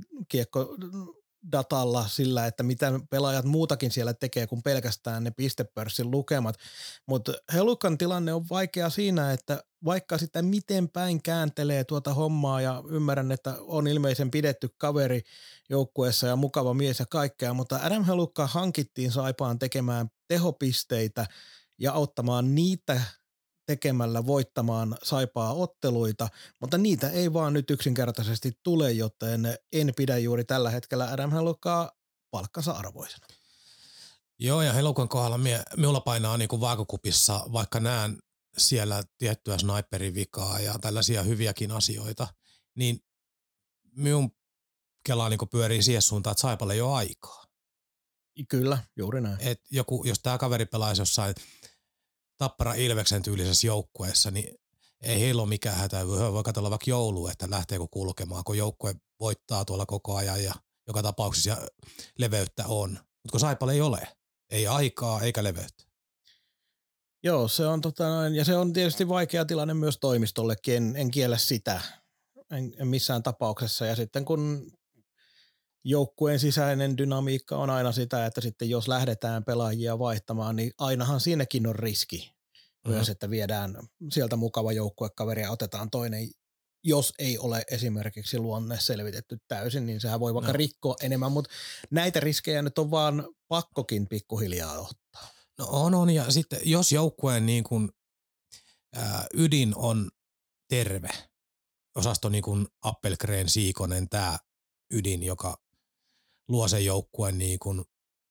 älykiekkodatalla sillä, että mitä pelaajat muutakin siellä tekee kuin pelkästään ne pistepörssin lukemat. Mutta Helukan tilanne on vaikea siinä, että vaikka sitä miten päin kääntelee tuota hommaa ja ymmärrän, että on ilmeisen pidetty kaveri joukkueessa ja mukava mies ja kaikkea, mutta Adam Helukka hankittiin Saipaan tekemään tehopisteitä ja auttamaan niitä tekemällä voittamaan Saipaa otteluita, mutta niitä ei vaan nyt yksinkertaisesti tule, joten en pidä juuri tällä hetkellä Adam Helukkaa palkkansa arvoisena. Joo, ja Helukan kohdalla mie, minulla painaa niin kuin vaakakupissa, vaikka näen siellä tiettyä sniperivikaa ja tällaisia hyviäkin asioita, niin minun kelaa niin kuin pyörii siihen suuntaan, että Saipalle ei ole aikaa. Kyllä, juuri näin. Et joku, jos tämä kaveri pelaisi jossain Tappara Ilveksen tyylisessä joukkueessa, niin ei heillä ole mikään hätä. Voi katsella vaikka joulua, että lähteekö kulkemaan, kun joukkue voittaa tuolla koko ajan ja joka tapauksessa leveyttä on. Mutta kun Saipalla ei ole, ei aikaa eikä leveyttä. Joo, se on tota noin, ja se on tietysti vaikea tilanne myös toimistollekin, en, en kiellä sitä en, en missään tapauksessa. Ja sitten kun joukkueen sisäinen dynamiikka on aina sitä, että sitten jos lähdetään pelaajia vaihtamaan, niin ainahan siinäkin on riski mm-hmm. myös, että viedään sieltä mukava joukkuekaveri ja otetaan toinen, jos ei ole esimerkiksi luonne selvitetty täysin, niin sehän voi vaikka no. rikkoa enemmän, mutta näitä riskejä nyt on vaan pakkokin pikkuhiljaa ottaa. No on, on, ja sitten jos joukkueen niin kuin, ää, ydin on terve, osasto niin kuin Appelgren, Siikonen, tämä ydin, joka luo sen joukkueen niin kuin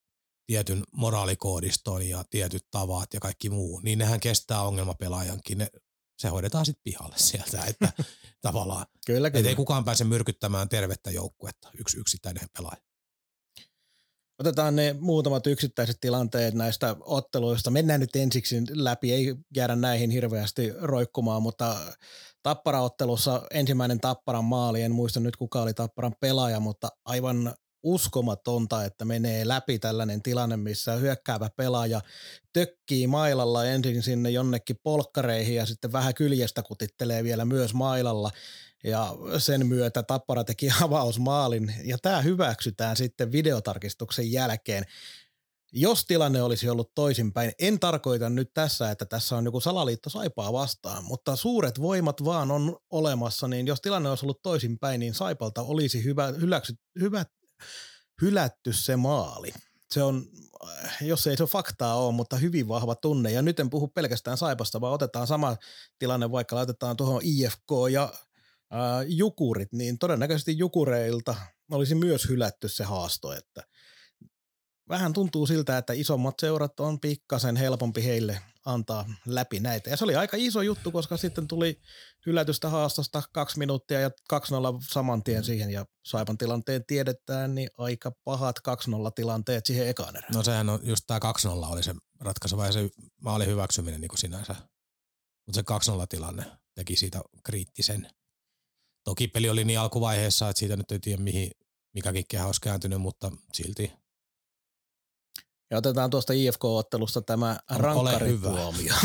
tietyn moraalikoodiston ja tietyt tavat ja kaikki muu, niin nehän kestää ongelmapelaajankin. Ne, se hoidetaan sitten pihalle sieltä, että tavallaan, Kyllä, että kyllä. ei kukaan pääse myrkyttämään tervettä joukkuetta, yksi yksittäinen pelaaja. Otetaan ne muutamat yksittäiset tilanteet näistä otteluista. Mennään nyt ensiksi läpi, ei jäädä näihin hirveästi roikkumaan, mutta Tappara-ottelussa ensimmäinen Tapparan maali, en muista nyt kuka oli Tapparan pelaaja, mutta aivan uskomatonta, että menee läpi tällainen tilanne, missä hyökkäävä pelaaja tökkii mailalla ensin sinne jonnekin polkkareihin ja sitten vähän kyljestä kutittelee vielä myös mailalla. Ja sen myötä Tappara teki avausmaalin ja tämä hyväksytään sitten videotarkistuksen jälkeen. Jos tilanne olisi ollut toisinpäin, en tarkoita nyt tässä, että tässä on joku salaliitto Saipaa vastaan, mutta suuret voimat vaan on olemassa, niin jos tilanne olisi ollut toisinpäin, niin Saipalta olisi hyvä, hyläksy, hyvä, hylätty se maali. Se on, jos ei se faktaa ole, mutta hyvin vahva tunne. Ja nyt en puhu pelkästään Saipasta, vaan otetaan sama tilanne, vaikka laitetaan tuohon I F K ja ää, Jukurit, niin todennäköisesti Jukureilta olisi myös hylätty se haasto, että vähän tuntuu siltä, että isommat seurat on pikkasen helpompi heille antaa läpi näitä. Ja se oli aika iso juttu, koska sitten tuli hylätystä haastosta kaksi minuuttia ja kaksi nolla saman tien siihen. Ja Saipan tilanteen tiedetään, niin aika pahat kaksi nolla tilanteet siihen ekaan erään. No sehän on just tämä kaksi nolla oli se ratkaiseva ja se maalin hyväksyminen niin kuin sinänsä. Mutta se kaksi nolla tilanne teki siitä kriittisen. Toki peli oli niin alkuvaiheessa, että siitä nyt ei tiedä mihin mikäkin kehä olisi kääntynyt, mutta silti. Ja otetaan tuosta I F K-ottelusta tämä rankkarituomio.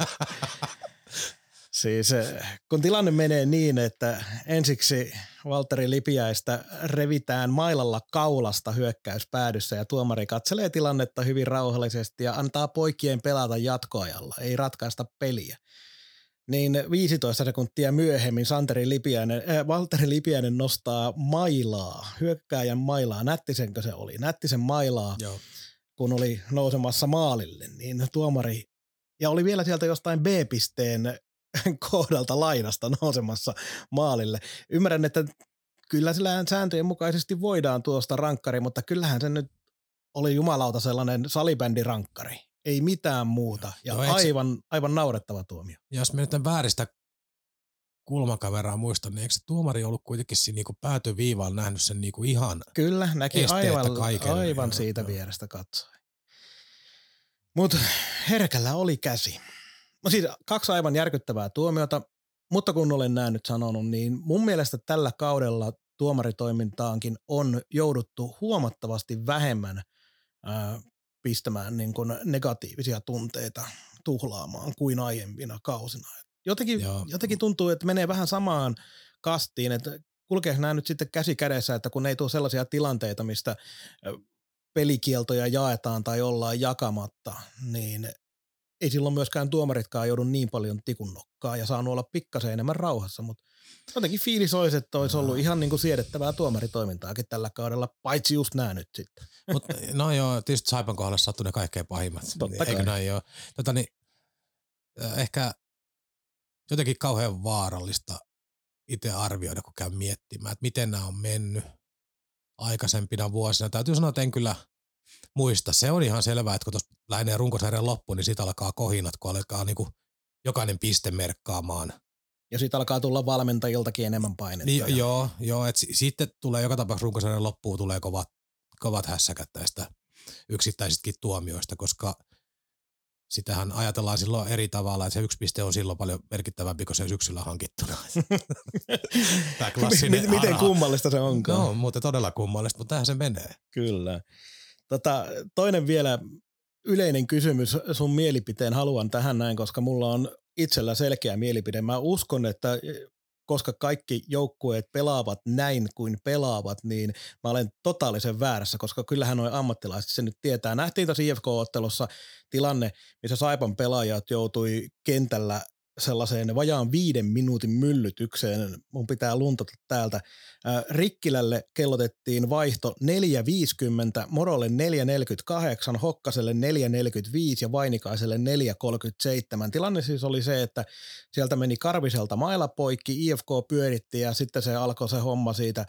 Siis kun tilanne menee niin, että ensiksi Valtteri Lipiäistä revitään mailalla kaulasta hyökkäyspäädyssä ja tuomari katselee tilannetta hyvin rauhallisesti ja antaa poikien pelata jatkoajalla, ei ratkaista peliä. Niin viisitoista sekuntia myöhemmin Santeri Lipiäinen, äh, Valtteri Lipiäinen nostaa mailaa, hyökkääjän mailaa, Nättisenkö se oli, Nättisen mailaa. Joo. Kun oli nousemassa maalille, niin tuomari, ja oli vielä sieltä jostain B-pisteen kohdalta laidasta nousemassa maalille. Ymmärrän, että kyllä sillä sääntöjen mukaisesti voidaan tuosta rankkari, mutta kyllähän se nyt oli jumalauta sellainen salibändirankkari. Ei mitään muuta, ja no, aivan, aivan naurettava tuomio. Jos me nyt en vääristä kulmakameraa muistan, niin eikö se tuomari ollut kuitenkin siinä niin päätöviivalla nähnyt sen niin kuin ihan kyllä, näki aivan, aivan siitä joo. Vierestä katsoen. Mutta herkällä oli käsi. No siis kaksi aivan järkyttävää tuomiota, mutta kun olen näin nyt sanonut, niin mun mielestä tällä kaudella tuomaritoimintaankin on jouduttu huomattavasti vähemmän ää, pistämään niin kuin negatiivisia tunteita tuhlaamaan kuin aiempina kausina. Jotenkin, jotenkin tuntuu, että menee vähän samaan kastiin, että kulkeeko nämä nyt sitten käsi kädessä, että kun ei tule sellaisia tilanteita, mistä pelikieltoja jaetaan tai ollaan jakamatta, niin ei silloin myöskään tuomaritkaan joudu niin paljon tikunnokkaa ja saanut olla pikkasen enemmän rauhassa, mutta jotenkin fiilis olisi, että olisi ollut ihan niin kuin siedettävää tuomaritoimintaakin tällä kaudella, paitsi just nämä nyt sitten. Mut, no joo, tietysti Saipan kohdalla sattui ne kaikkein pahimmat. Totta Eikö näin joo? Tota, niin, ehkä jotenkin kauhean vaarallista itse arvioida, kun käy miettimään, että miten nämä on mennyt aikaisempina vuosina. Täytyy sanoa, että en kyllä muista. Se on ihan selvää, että kun tuossa lähenee runkosarjan loppuun, niin siitä alkaa kohinat, kun alkaa niin kuin jokainen piste merkkaamaan. Ja siitä alkaa tulla valmentajiltakin enemmän painetta. Niin, joo, joo että sitten tulee joka tapauksessa runkosarjan loppuun tulee kovat, kovat hässäkät näistä yksittäisistä tuomioista, koska sitähän ajatellaan silloin eri tavalla, että se yksi piste on silloin paljon merkittävämpi kuin se syksyllä hankittuna. Tämä klassinen Miten ara. Kummallista se onkaan? No, muuten todella kummallista, mutta tähän se menee. Kyllä. Tota, toinen vielä yleinen kysymys, sun mielipiteen haluan tähän näin, koska mulla on itsellä selkeä mielipide. Mä uskon, että koska kaikki joukkueet pelaavat näin kuin pelaavat, niin mä olen totaalisen väärässä, koska kyllähän noin ammattilaiset se nyt tietää. Nähtiin tässä I F K-ottelussa tilanne, missä Saipan pelaajat joutui kentällä sellaiseen vajaan viiden minuutin myllytykseen. Mun pitää luntata täältä. Rikkilälle kellotettiin vaihto neljä viisikymmentä, Morolle neljä neljäkymmentäkahdeksan, Hokkaselle neljä neljäkymmentäviisi ja Vainikaiselle neljä kolmekymmentäseitsemän. Tilanne siis oli se, että sieltä meni Karviselta maila poikki, I F K pyöritti ja sitten se alkoi se homma siitä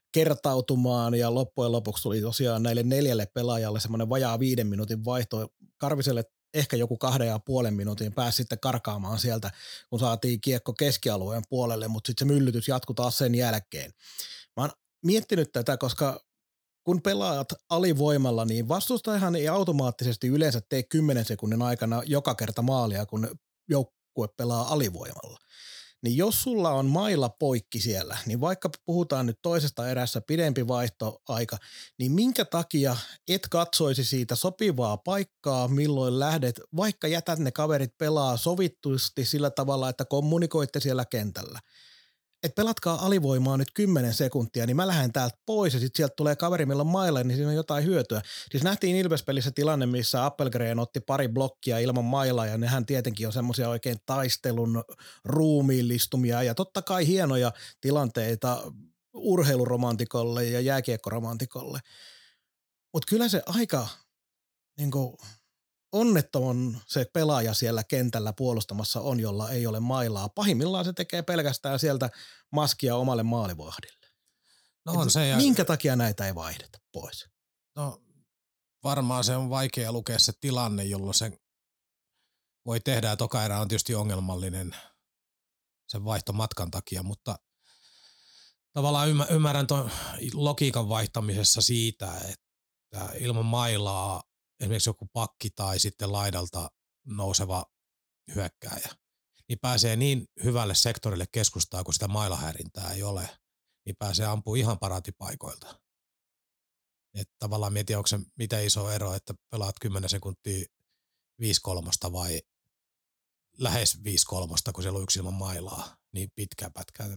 kertautumaan ja loppujen lopuksi tuli tosiaan näille neljälle pelaajalle semmoinen vajaa viiden minuutin vaihto. Karviselle ehkä joku kahden ja puolen minuutin pääsi sitten karkaamaan sieltä, kun saatiin kiekko keskialueen puolelle, mutta sitten se myllytys jatkui taas sen jälkeen. Mä oon miettinyt tätä, koska kun pelaat alivoimalla, niin vastustajahan ei automaattisesti yleensä tee kymmenen sekunnin aikana joka kerta maalia, kun joukkue pelaa alivoimalla. Niin jos sulla on maila poikki siellä, niin vaikka puhutaan nyt toisesta erässä pidempi vaihtoaika, niin minkä takia et katsoisi siitä sopivaa paikkaa, milloin lähdet, vaikka jätät ne kaverit pelaa sovittusti sillä tavalla, että kommunikoitte siellä kentällä. Et pelatkaa alivoimaa nyt kymmenen sekuntia, niin mä lähden täältä pois ja sitten sieltä tulee kaveri, millä on mailla, niin siinä on jotain hyötyä. Siis nähtiin Ilves-pelissä tilanne, missä Appelgren otti pari blokkia ilman mailaa ja nehän tietenkin on semmoisia oikein taistelun ruumiillistumia ja totta kai hienoja tilanteita urheiluromantikolle ja jääkiekkoromantikolle. Mutta kyllä se aika niin kuin onnettoman se pelaaja siellä kentällä puolustamassa on, jolla ei ole mailaa. Pahimmillaan se tekee pelkästään sieltä maskia omalle maalivahdille. No on se ja... Minkä takia näitä ei vaihdeta pois? No varmaan se on vaikea lukea se tilanne, jolloin se voi tehdä. Ja toka erä on tietysti ongelmallinen sen vaihtomatkan takia, mutta tavallaan ymmärrän tuon logiikan vaihtamisessa siitä, että ilman mailaa esimerkiksi joku pakki tai sitten laidalta nouseva hyökkääjä, niin pääsee niin hyvälle sektorille keskustaa, kun sitä mailahäirintää ei ole, niin pääsee ampua ihan paraatipaikoilta. Että tavallaan mietin, onko se mitä iso ero, että pelaat kymmenen sekuntia viisi kolmosta vai lähes viisi kolmosta, kun siellä on yksi ilman mailaa, niin pitkää pätkää.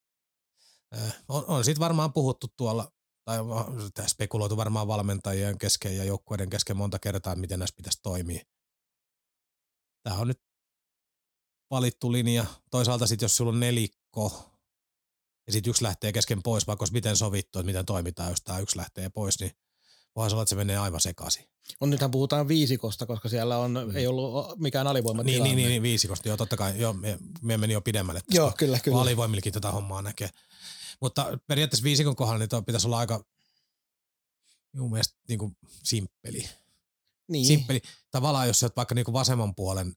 On, on sitten varmaan puhuttu tuolla, tai spekuloitu varmaan valmentajien kesken ja joukkueiden kesken monta kertaa, että miten näissä pitäisi toimia. Tämä on nyt valittu linja. Toisaalta sitten, jos sulla on nelikko ja sitten yksi lähtee kesken pois, vaikka olisi miten sovittu, että miten toimitaan, jos tämä yksi lähtee pois, niin voihan se olla, että se menee aivan sekaisin. On nythän puhutaan viisikosta, koska siellä on, mm. ei ollut mikään alivoimatilanne. Niin, niin, niin, viisikosta, joo, totta kai. Joo, me, me meni jo pidemmälle. Joo, kyllä, kyllä. Alivoimillekin tätä hommaa näkee. Mutta periaatteessa viisikon kohdalla niin pitäisi olla aika minun mielestä niin kuin simppeli. Niin. Simppeli. Tavallaan jos olet vaikka niin kuin vasemman puolen,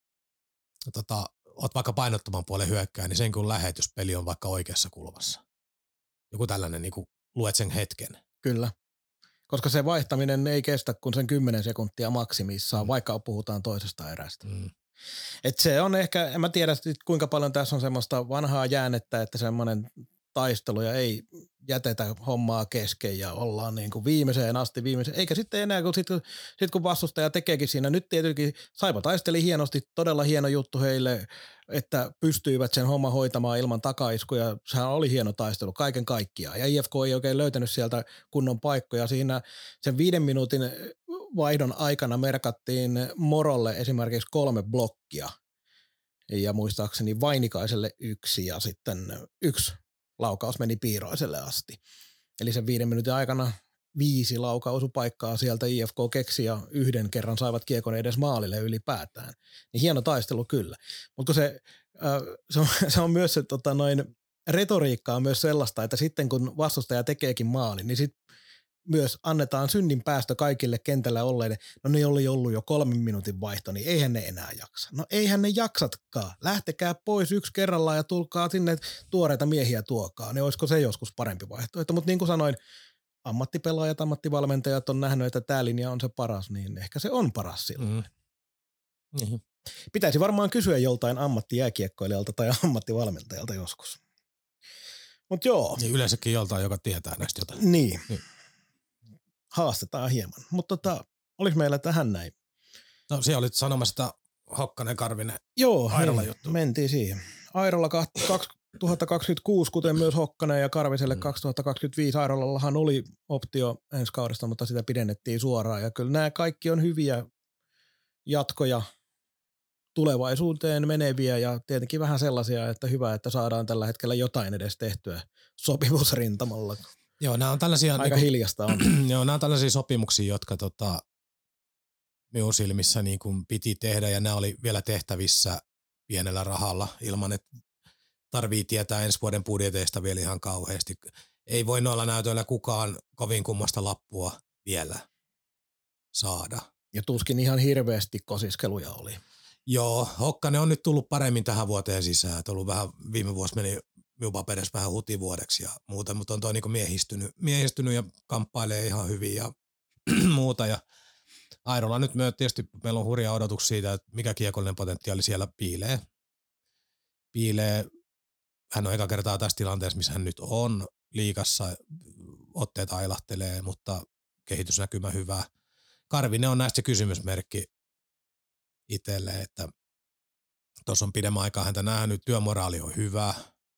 tota, olet vaikka painottoman puolen hyökkää, niin sen kun lähet, jos peli on vaikka oikeassa kulmassa. Joku tällainen, niin kuin luet sen hetken. Kyllä. Koska se vaihtaminen ei kestä kuin sen kymmenen sekuntia maksimissaan, mm. vaikka puhutaan toisesta erästä. Mm. Et se on ehkä, en mä tiedä kuinka paljon tässä on semmoista vanhaa jäännettä, että semmoinen taisteluja ei jätetä hommaa kesken ja ollaan niin kuin viimeiseen asti viimeiseen. Eikä sitten enää, kun, sit, sit kun vastustaja tekeekin siinä. Nyt tietenkin Saipa taisteli hienosti, todella hieno juttu heille, että pystyivät sen homman hoitamaan ilman takaiskuja. Sehän oli hieno taistelu kaiken kaikkiaan. Ja I F K ei oikein löytänyt sieltä kunnon paikkoja. Siinä sen viiden minuutin vaihdon aikana merkattiin Morolle esimerkiksi kolme blokkia. Ja muistaakseni Vainikaiselle yksi ja sitten yksi laukaus meni Piiroiselle asti. Eli sen viiden minuutin aikana viisi laukaisupaikkaa sieltä I F K keksi ja yhden kerran saivat kiekon edes maalille ylipäätään. Niin hieno taistelu kyllä. Mutta se, äh, se, on, se on myös se tota, noin, retoriikka on myös sellaista, että sitten kun vastustaja tekeekin maalin, niin sitten myös annetaan synnin päästö kaikille kentällä olleille. No ne oli ollut jo kolmen minuutin vaihto, niin eihän ne enää jaksa. No eihän ne jaksatkaan. Lähtekää pois yksi kerrallaan ja tulkaa sinne tuoreita miehiä tuokaa. Ne olisiko se joskus parempi vaihtoehto. Mutta niin kuin sanoin, ammattipelaajat, ammattivalmentajat on nähnyt, että tämä linja on se paras, niin ehkä se on paras silloin. Mm. Mm-hmm. Pitäisi varmaan kysyä joltain ammattijääkiekkoilijalta tai ammattivalmentajalta joskus. Mutta joo. Niin yleensäkin joltain, joka tietää näistä jotain. Niin. niin. Haastetaan hieman. Mutta tota, oliko meillä tähän näin? No siellä olit sanomassa, että Hokkanen, Karvinen, joo, Airola hei, juttu. Mentiin siihen. Airola kaksituhattakaksikymmentäkuusi, kuten myös Hokkanen ja Karviselle mm. kaksituhattakaksikymmentäviisi. Airolallahan oli optio ensi kaudesta, mutta sitä pidennettiin suoraan. Ja kyllä nämä kaikki on hyviä jatkoja tulevaisuuteen meneviä ja tietenkin vähän sellaisia, että hyvä, että saadaan tällä hetkellä jotain edes tehtyä sopimusrintamalla. Joo, nämä on tällaisia aika niin kuin, hiljasta on. Joo, nämä on tällaisia sopimuksia, jotka tota, minun silmissä niin kuin piti tehdä ja nämä oli vielä tehtävissä pienellä rahalla ilman, että tarvii tietää ensi vuoden budjeteista vielä ihan kauheasti. ei voi noilla näytöillä kukaan kovin kummasta lappua vielä saada. Ja tuskin ihan hirveästi kosiskeluja oli. Joo, Hokkanen on nyt tullut paremmin tähän vuoteen sisään. Et ollut vähän, viime vuosi meni minun paperissa vähän hutivuodeksi ja muuta, mutta on toi niinku miehistynyt, miehistynyt ja kamppailee ihan hyvin ja muuta. Ja Airolla nyt me tietysti meillä on hurja odotus siitä, että mikä kiekollinen potentiaali siellä piilee. Piilee. Hän on eka kertaa tässä tilanteessa, missä hän nyt on liigassa. Otteet ailahtelee, mutta kehitysnäkymä hyvä. Karvinen on näistä se kysymysmerkki itselle, että tuossa on pidemmän aikaa häntä nähnyt, työmoraali on hyvä,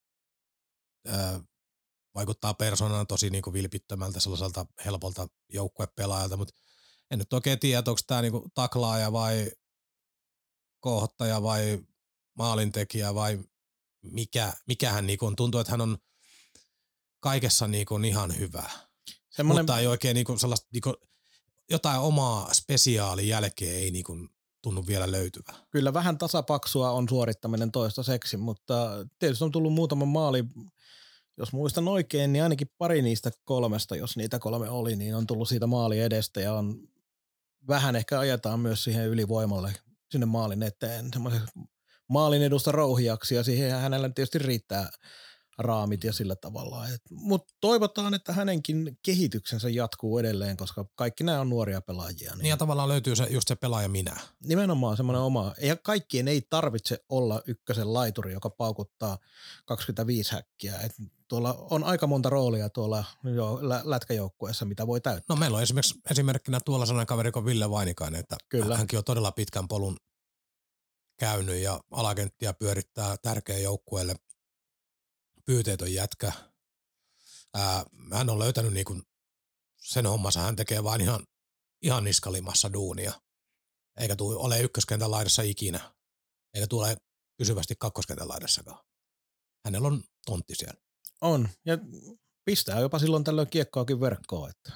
öö, vaikuttaa persoonana tosi niinku vilpittömältä, sellaiselta helpolta joukkuepelaajalta, mutta en nyt oikein tiedä, onko tämä niinku taklaaja vai kohottaja vai maalintekijä vai mikä, mikä hän niinku on. Tuntuu, että hän on kaikessa niinku ihan hyvä, Semmoinen... mutta ei oikein niinku sellaista, niinku, jotain omaa spesiaalin jälkeen ei niinku tunnu vielä löytyvä. Kyllä vähän tasapaksua on suorittaminen toistaiseksi, mutta tietysti on tullut muutama maali, jos muistan oikein, niin ainakin pari niistä kolmesta, jos niitä kolme oli, niin on tullut siitä maali edestä ja on vähän ehkä ajetaan myös siihen ylivoimalle sinne maalin eteen, semmoisen maalin edusta rouhijaksi ja siihen hänellä tietysti riittää raamit ja sillä tavalla. Mutta toivotaan, että hänenkin kehityksensä jatkuu edelleen, koska kaikki nämä on nuoria pelaajia. Niin, niin ja tavallaan löytyy se, just se pelaaja minä. Nimenomaan semmoinen oma. Ja kaikkien ei tarvitse olla ykkösen laituri, joka paukuttaa kaksikymmentäviisi häkkiä. Et tuolla on aika monta roolia tuolla jo lä- lätkäjoukkueessa, mitä voi täyttää. No meillä on esimerkiksi esimerkkinä tuolla sellainen kaveri kuin Ville Vainikainen, että Kyllä. hänkin on todella pitkän polun käynyt ja alakenttiä pyörittää tärkeä joukkueelle. Pyyteetön jätkä. Ää, hän on löytänyt niinku sen hommansa, hän tekee vaan ihan, ihan niskalimassa duunia. Eikä tule ole ykköskentän laidassa ikinä. Eikä tule pysyvästi kakkoskentän laidassakaan. Hänellä on tontti siellä. On. Ja pistää jopa silloin tällöin kiekkoakin verkkoon. Että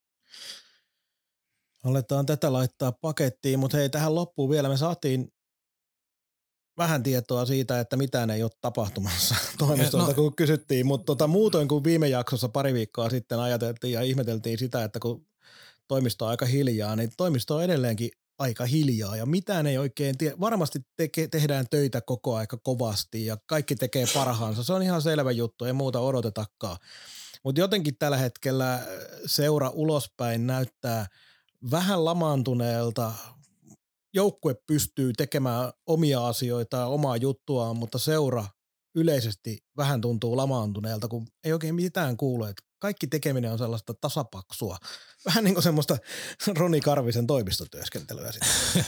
aletaan tätä laittaa pakettiin, mutta hei tähän loppuun vielä me saatiin vähän tietoa siitä, että mitään ei ole tapahtumassa toimistolta, no. kun kysyttiin, mutta tota, muutoin kuin viime jaksossa pari viikkoa sitten ajateltiin ja ihmeteltiin sitä, että kun toimisto on aika hiljaa, niin toimisto on edelleenkin aika hiljaa ja mitään ei oikein tiedä. Varmasti teke, tehdään töitä koko aika kovasti ja kaikki tekee parhaansa. Se on ihan selvä juttu, ei muuta odotetakaan. Mutta jotenkin tällä hetkellä seura ulospäin näyttää vähän lamaantuneelta. Joukkue pystyy tekemään omia asioita, omaa juttuaan, mutta seura yleisesti vähän tuntuu lamaantuneelta, kun ei oikein mitään kuulu. Että kaikki tekeminen on sellaista tasapaksua. Vähän niin kuin semmoista Roni Karvisen toimistotyöskentelyä sitten.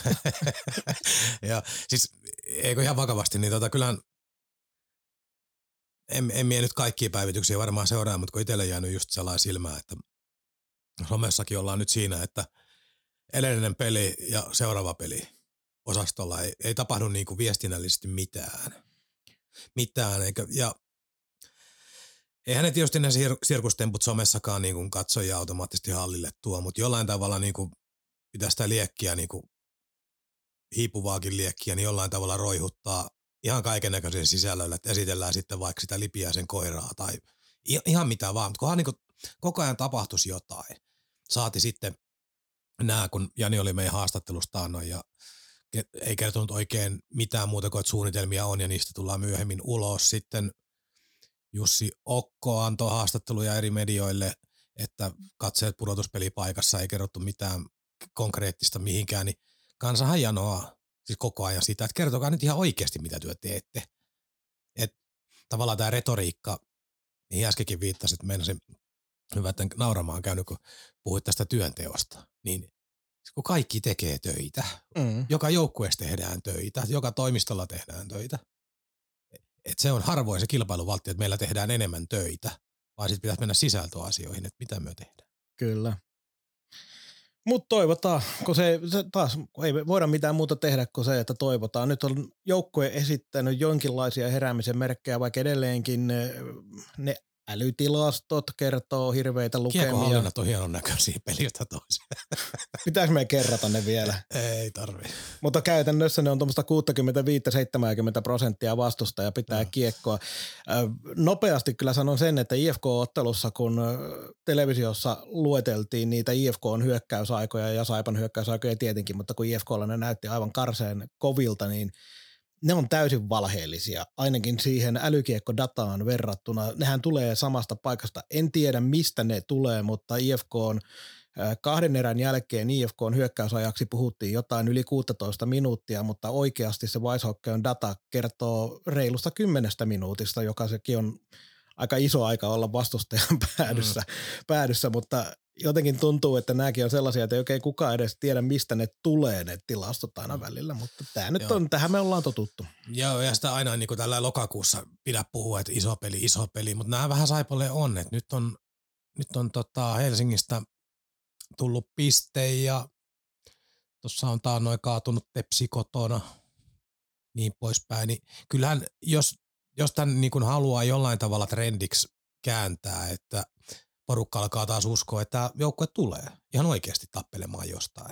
Ja siis eikö ihan vakavasti, niin tota kyllähän en, en mie nyt kaikkia päivityksiä varmaan seuraa, mutta kun itselle jäänyt just sellainen silmää, että somessakin ollaan nyt siinä, että edellinen peli ja seuraava peli osastolla ei, ei tapahdu niin kuin viestinnällisesti mitään. Mitään. Eikä, ja eihän ne tietysti ne sir- sirkustemput somessakaan niin kuin katsojia automaattisesti hallille tuo, mutta jollain tavalla niin kuin pitää sitä liekkiä, niin kuin hiipuvaakin liekkiä, niin jollain tavalla roihuttaa ihan kaikennäköisiä sisällöillä, että esitellään sitten vaikka sitä lipiäisen koiraa tai ihan mitä vaan, mutta kunhan niin kuin koko ajan tapahtuisi jotain. Saati sitten nämä, kun Jani oli meidän haastattelussa taannoin ja ei kertonut oikein mitään muuta kuin, että suunnitelmia on ja niistä tullaan myöhemmin ulos. Sitten Jussi Okko antoi haastatteluja eri medioille, että katseet pudotuspelipaikassa ei kerrottu mitään konkreettista mihinkään, niin kansahan janoaa siis koko ajan sitä, että kertokaa nyt ihan oikeasti, mitä työ teette. Että tavallaan tämä retoriikka, niin äskenkin viittasit, että meinasin hyvä, että nauramaan käynyt, kun puhuit tästä työnteosta, niin kun kaikki tekee töitä, mm. joka joukkueessa tehdään töitä, joka toimistolla tehdään töitä, että se on harvoin se kilpailuvaltti, että meillä tehdään enemmän töitä, vaan sitten pitäisi mennä sisältöasioihin, että mitä me tehdään. Kyllä. Mutta toivotaan, kun se, se taas ei voida mitään muuta tehdä kuin se, että toivotaan. Nyt on joukkue esittänyt jonkinlaisia heräämisen merkkejä, vaikka edelleenkin ne, ne älytilastot kertoo hirveitä lukemia. Kiekkohallinnat on hienon näköisiä peliltä toiseen. Pitääkö me kerrata ne vielä? Ei tarvii. Mutta käytännössä ne on tuommoista kuusikymmentäviisi seitsemänkymmentä prosenttia vastusta ja pitää no. kiekkoa. Nopeasti kyllä sanon sen, että I F K-ottelussa, kun televisiossa lueteltiin niitä I F K:n hyökkäysaikoja ja Saipan hyökkäysaikoja tietenkin, mutta kun I F K:lla ne näytti aivan karseen kovilta, niin ne on täysin valheellisia, ainakin siihen älykiekkodataan verrattuna. Nehän tulee samasta paikasta. En tiedä, mistä ne tulee, mutta I F K:n kahden erän jälkeen I F K:n hyökkäysajaksi puhuttiin jotain yli kuusitoista minuuttia, mutta oikeasti se Weishockey'n data kertoo reilusta kymmenestä minuutista, joka sekin on aika iso aika olla vastustajan päädyssä, mm. päädyssä, mutta jotenkin tuntuu, että nämäkin on sellaisia, että ei oikein kukaan edes tiedä, mistä ne tulee ne tilastot aina välillä, mutta tämä nyt on, tähän me ollaan totuttu. Joo, ja sitä aina niin kuin tällä lokakuussa pidä puhua, että iso peli, iso peli, mutta nämä vähän Saipalle on, että nyt on, nyt on tota Helsingistä tullut piste ja tuossa on taannoin kaatunut Tepsi kotona, niin poispäin, niin kyllähän jos, jos tämän niin kuin haluaa jollain tavalla trendiksi kääntää, että porukka alkaa taas uskoa, että tämä joukkue tulee ihan oikeasti tappelemaan jostain.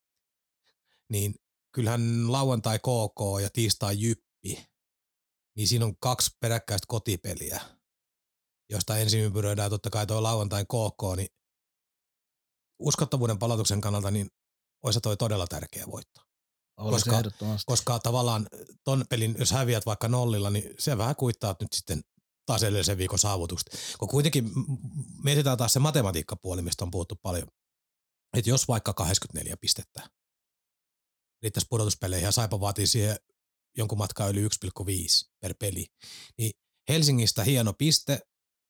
Niin kyllähän lauantai K K ja tiistai Jyppi, niin siinä on kaksi peräkkäistä kotipeliä, josta ensin ympyröidään totta kai tuo lauantain K K, niin uskottavuuden palautuksen kannalta niin olisi toi todella tärkeä voitto. Koska, koska tavallaan ton pelin, jos häviät vaikka nollilla, niin se vähän kuittaa nyt sitten taas edellisen viikon saavutukset. Kun kuitenkin mietitään taas se matematiikkapuoli, mistä on puhuttu paljon, että jos vaikka kahdeksankymmentäneljä pistettä riittäisi pudotuspeleihin ja Saipa vaatii siihen jonkun matkaa yli yksi pilkku viisi per peli, niin Helsingistä hieno piste,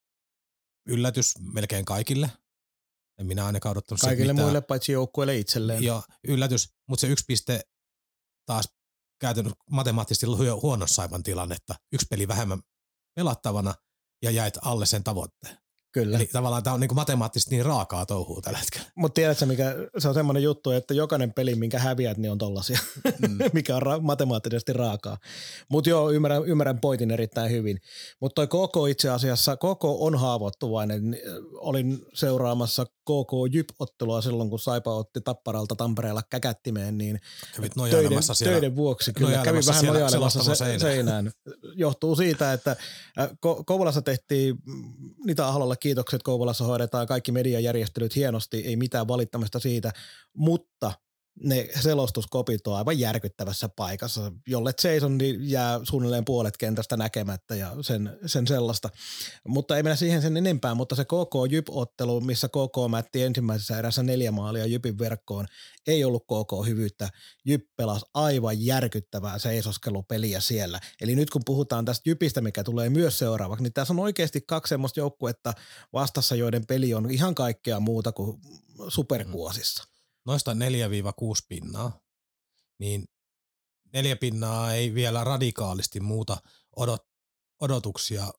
yllätys melkein kaikille. En minä ainakaan odottanut kaikille mitään. muille paitsi joukkueille itselleen. Joo, yllätys, mutta se yksi piste taas käytännössä matemaattisesti huonossa Saipan tilannetta. Yksi peli vähemmän pelattavana ja jäit alle sen tavoitteen. Kyllä. Eli tavallaan tämä on niin matemaattisesti niin raakaa touhua tällä hetkellä. Mutta tiedätkö, mikä se on semmoinen juttu, että jokainen peli, minkä häviät, niin on tollasia, mm. mikä on ra- matemaattisesti raakaa. Mutta joo, ymmärrän, ymmärrän pointin erittäin hyvin. Mutta toi K K itse asiassa, K K on haavoittuvainen. Olin seuraamassa K K-Jyp-ottelua silloin, kun Saipa otti Tapparalta Tampereella käkättimeen, niin töiden, siellä, töiden vuoksi kyllä kävin vähän nojailemassa se, seinään. seinään. Johtuu siitä, että Ko- Kouvolassa tehtiin, Nita Ahlolle kiitokset, Kouvolassa hoidetaan kaikki mediajärjestelyt hienosti, ei mitään valittamista siitä, mutta ne selostuskopit on aivan järkyttävässä paikassa. Jollet seison, niin jää suunnilleen puolet kentästä näkemättä ja sen, sen sellaista. Mutta ei mennä siihen sen enempää, mutta se K K-Jyp-ottelu, missä K K mätti ensimmäisessä erässä neljä maalia Jypin verkkoon, ei ollut K K-hyvyyttä. Jyp pelasi aivan järkyttävää seisoskelupeliä siellä. Eli nyt kun puhutaan tästä Jypistä, mikä tulee myös seuraavaksi, niin tässä on oikeasti kaksi semmoista joukkuetta vastassa, joiden peli on ihan kaikkea muuta kuin superkuosissa. Noista neljä kuusi pinnaa, niin neljä pinnaa ei vielä radikaalisti muuta odot, odotuksia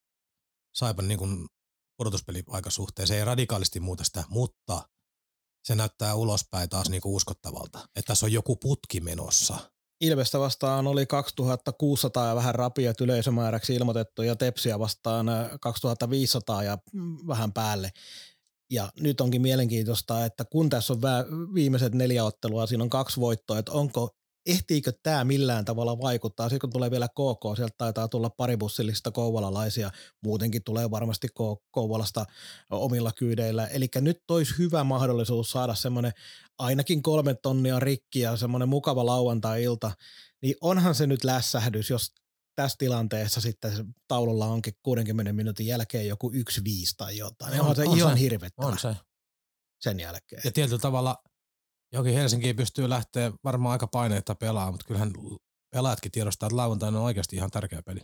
Saipan niin kuin odotuspeliaikasuhteen. Se ei radikaalisti muuta sitä, mutta se näyttää ulospäin taas niin kuin uskottavalta, että tässä on joku putki menossa. Ilvestä vastaan oli kaksituhattakuusisataa ja vähän rapiat yleisömääräksi ilmoitettu ja Tepsiä vastaan kaksituhattaviisisataa ja vähän päälle. Ja nyt onkin mielenkiintoista, että kun tässä on viimeiset neljä ottelua, siinä on kaksi voittoa, että onko, ehtiikö tämä millään tavalla vaikuttaa. Sitten kun tulee vielä K K, sieltä taitaa tulla pari bussillista kouvolalaisia, muutenkin tulee varmasti Kouvolasta omilla kyydeillä. Eli nyt olisi hyvä mahdollisuus saada semmoinen ainakin kolme tonnia rikki ja semmoinen mukava lauantai-ilta, niin onhan se nyt lässähdys, jos tässä tilanteessa sitten taululla onkin kuudenkymmenen minuutin jälkeen joku yksi viisi tai jotain. On, onhan se on ihan se, hirvettävä on se. Sen jälkeen. Ja tietyllä tavalla johonkin Helsinkiin pystyy lähteä varmaan aika paineita pelaamaan, mutta kyllähän pelaajatkin tiedostaa, että lauantaina on oikeasti ihan tärkeä peli.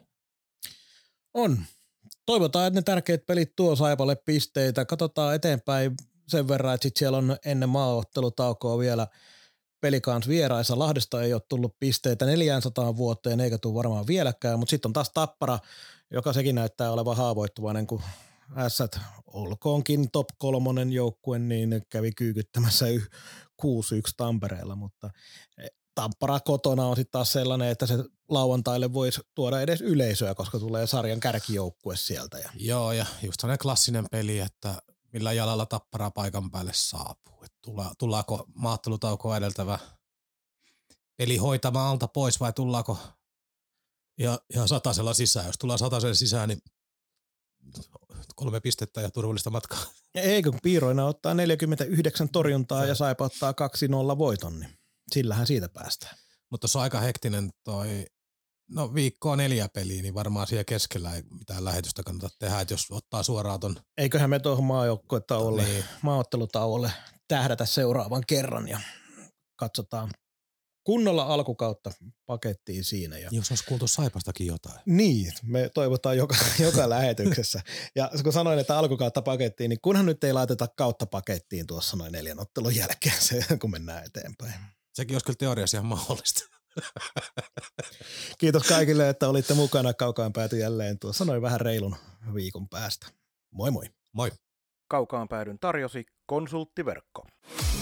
On. Toivotaan, että ne tärkeät pelit tuo Saipalle pisteitä. Katsotaan eteenpäin sen verran, että sit siellä on ennen maaottelutaukoa vielä peli kanssa vieraissa. Lahdesta ei ole tullut pisteitä neljäsataa vuoteen, eikä tule varmaan vieläkään, mutta sitten on taas Tappara, joka sekin näyttää olevan haavoittuvainen, kun Ässät olkoonkin top kolmonen joukkue, niin kävi kyykyttämässä kuusi yksi Tampereella, mutta Tappara kotona on sitten taas sellainen, että se lauantaille voisi tuoda edes yleisöä, koska tulee sarjan kärkijoukkue sieltä. Ja. Joo, ja just sellainen klassinen peli, että millä jalalla Tappara paikan päälle saapuu. Et tulla, tullaanko maattelutaukoa edeltävä peli hoitamaan alta pois vai tullaanko ihan, ihan satasella sisään. Jos tullaan satasella sisään, niin kolme pistettä ja turvallista matkaa. Eikö, kun Piiroina ottaa neljäkymmentäyhdeksän torjuntaa ja Saipa ottaa kaksi nolla voiton, niin sillähän siitä päästään. Mutta se on aika hektinen toi, no viikkoa neljä peliä, niin varmaan siellä keskellä ei mitään lähetystä kannata tehdä, että jos ottaa suoraan ton. Eiköhän me tuohon maajoukkuetauolle, niin. maaottelutauolle tähdätä seuraavan kerran ja katsotaan kunnolla alkukautta pakettiin siinä. Ja jos olisi kuultu Saipastakin jotain. Niin, me toivotaan joka, joka lähetyksessä. Ja kun sanoin, että alkukautta pakettiin, niin kunhan nyt ei laiteta kautta pakettiin tuossa noin neljän ottelun jälkeen, se, kun mennään eteenpäin. Sekin olisi kyllä teoriassa ihan mahdollista. Kiitos kaikille, että olitte mukana. Kaukaan pääty jälleen tuossa noin vähän reilun viikon päästä. Moi moi. Moi. Kaukaan päädyn tarjosi konsulttiverkko.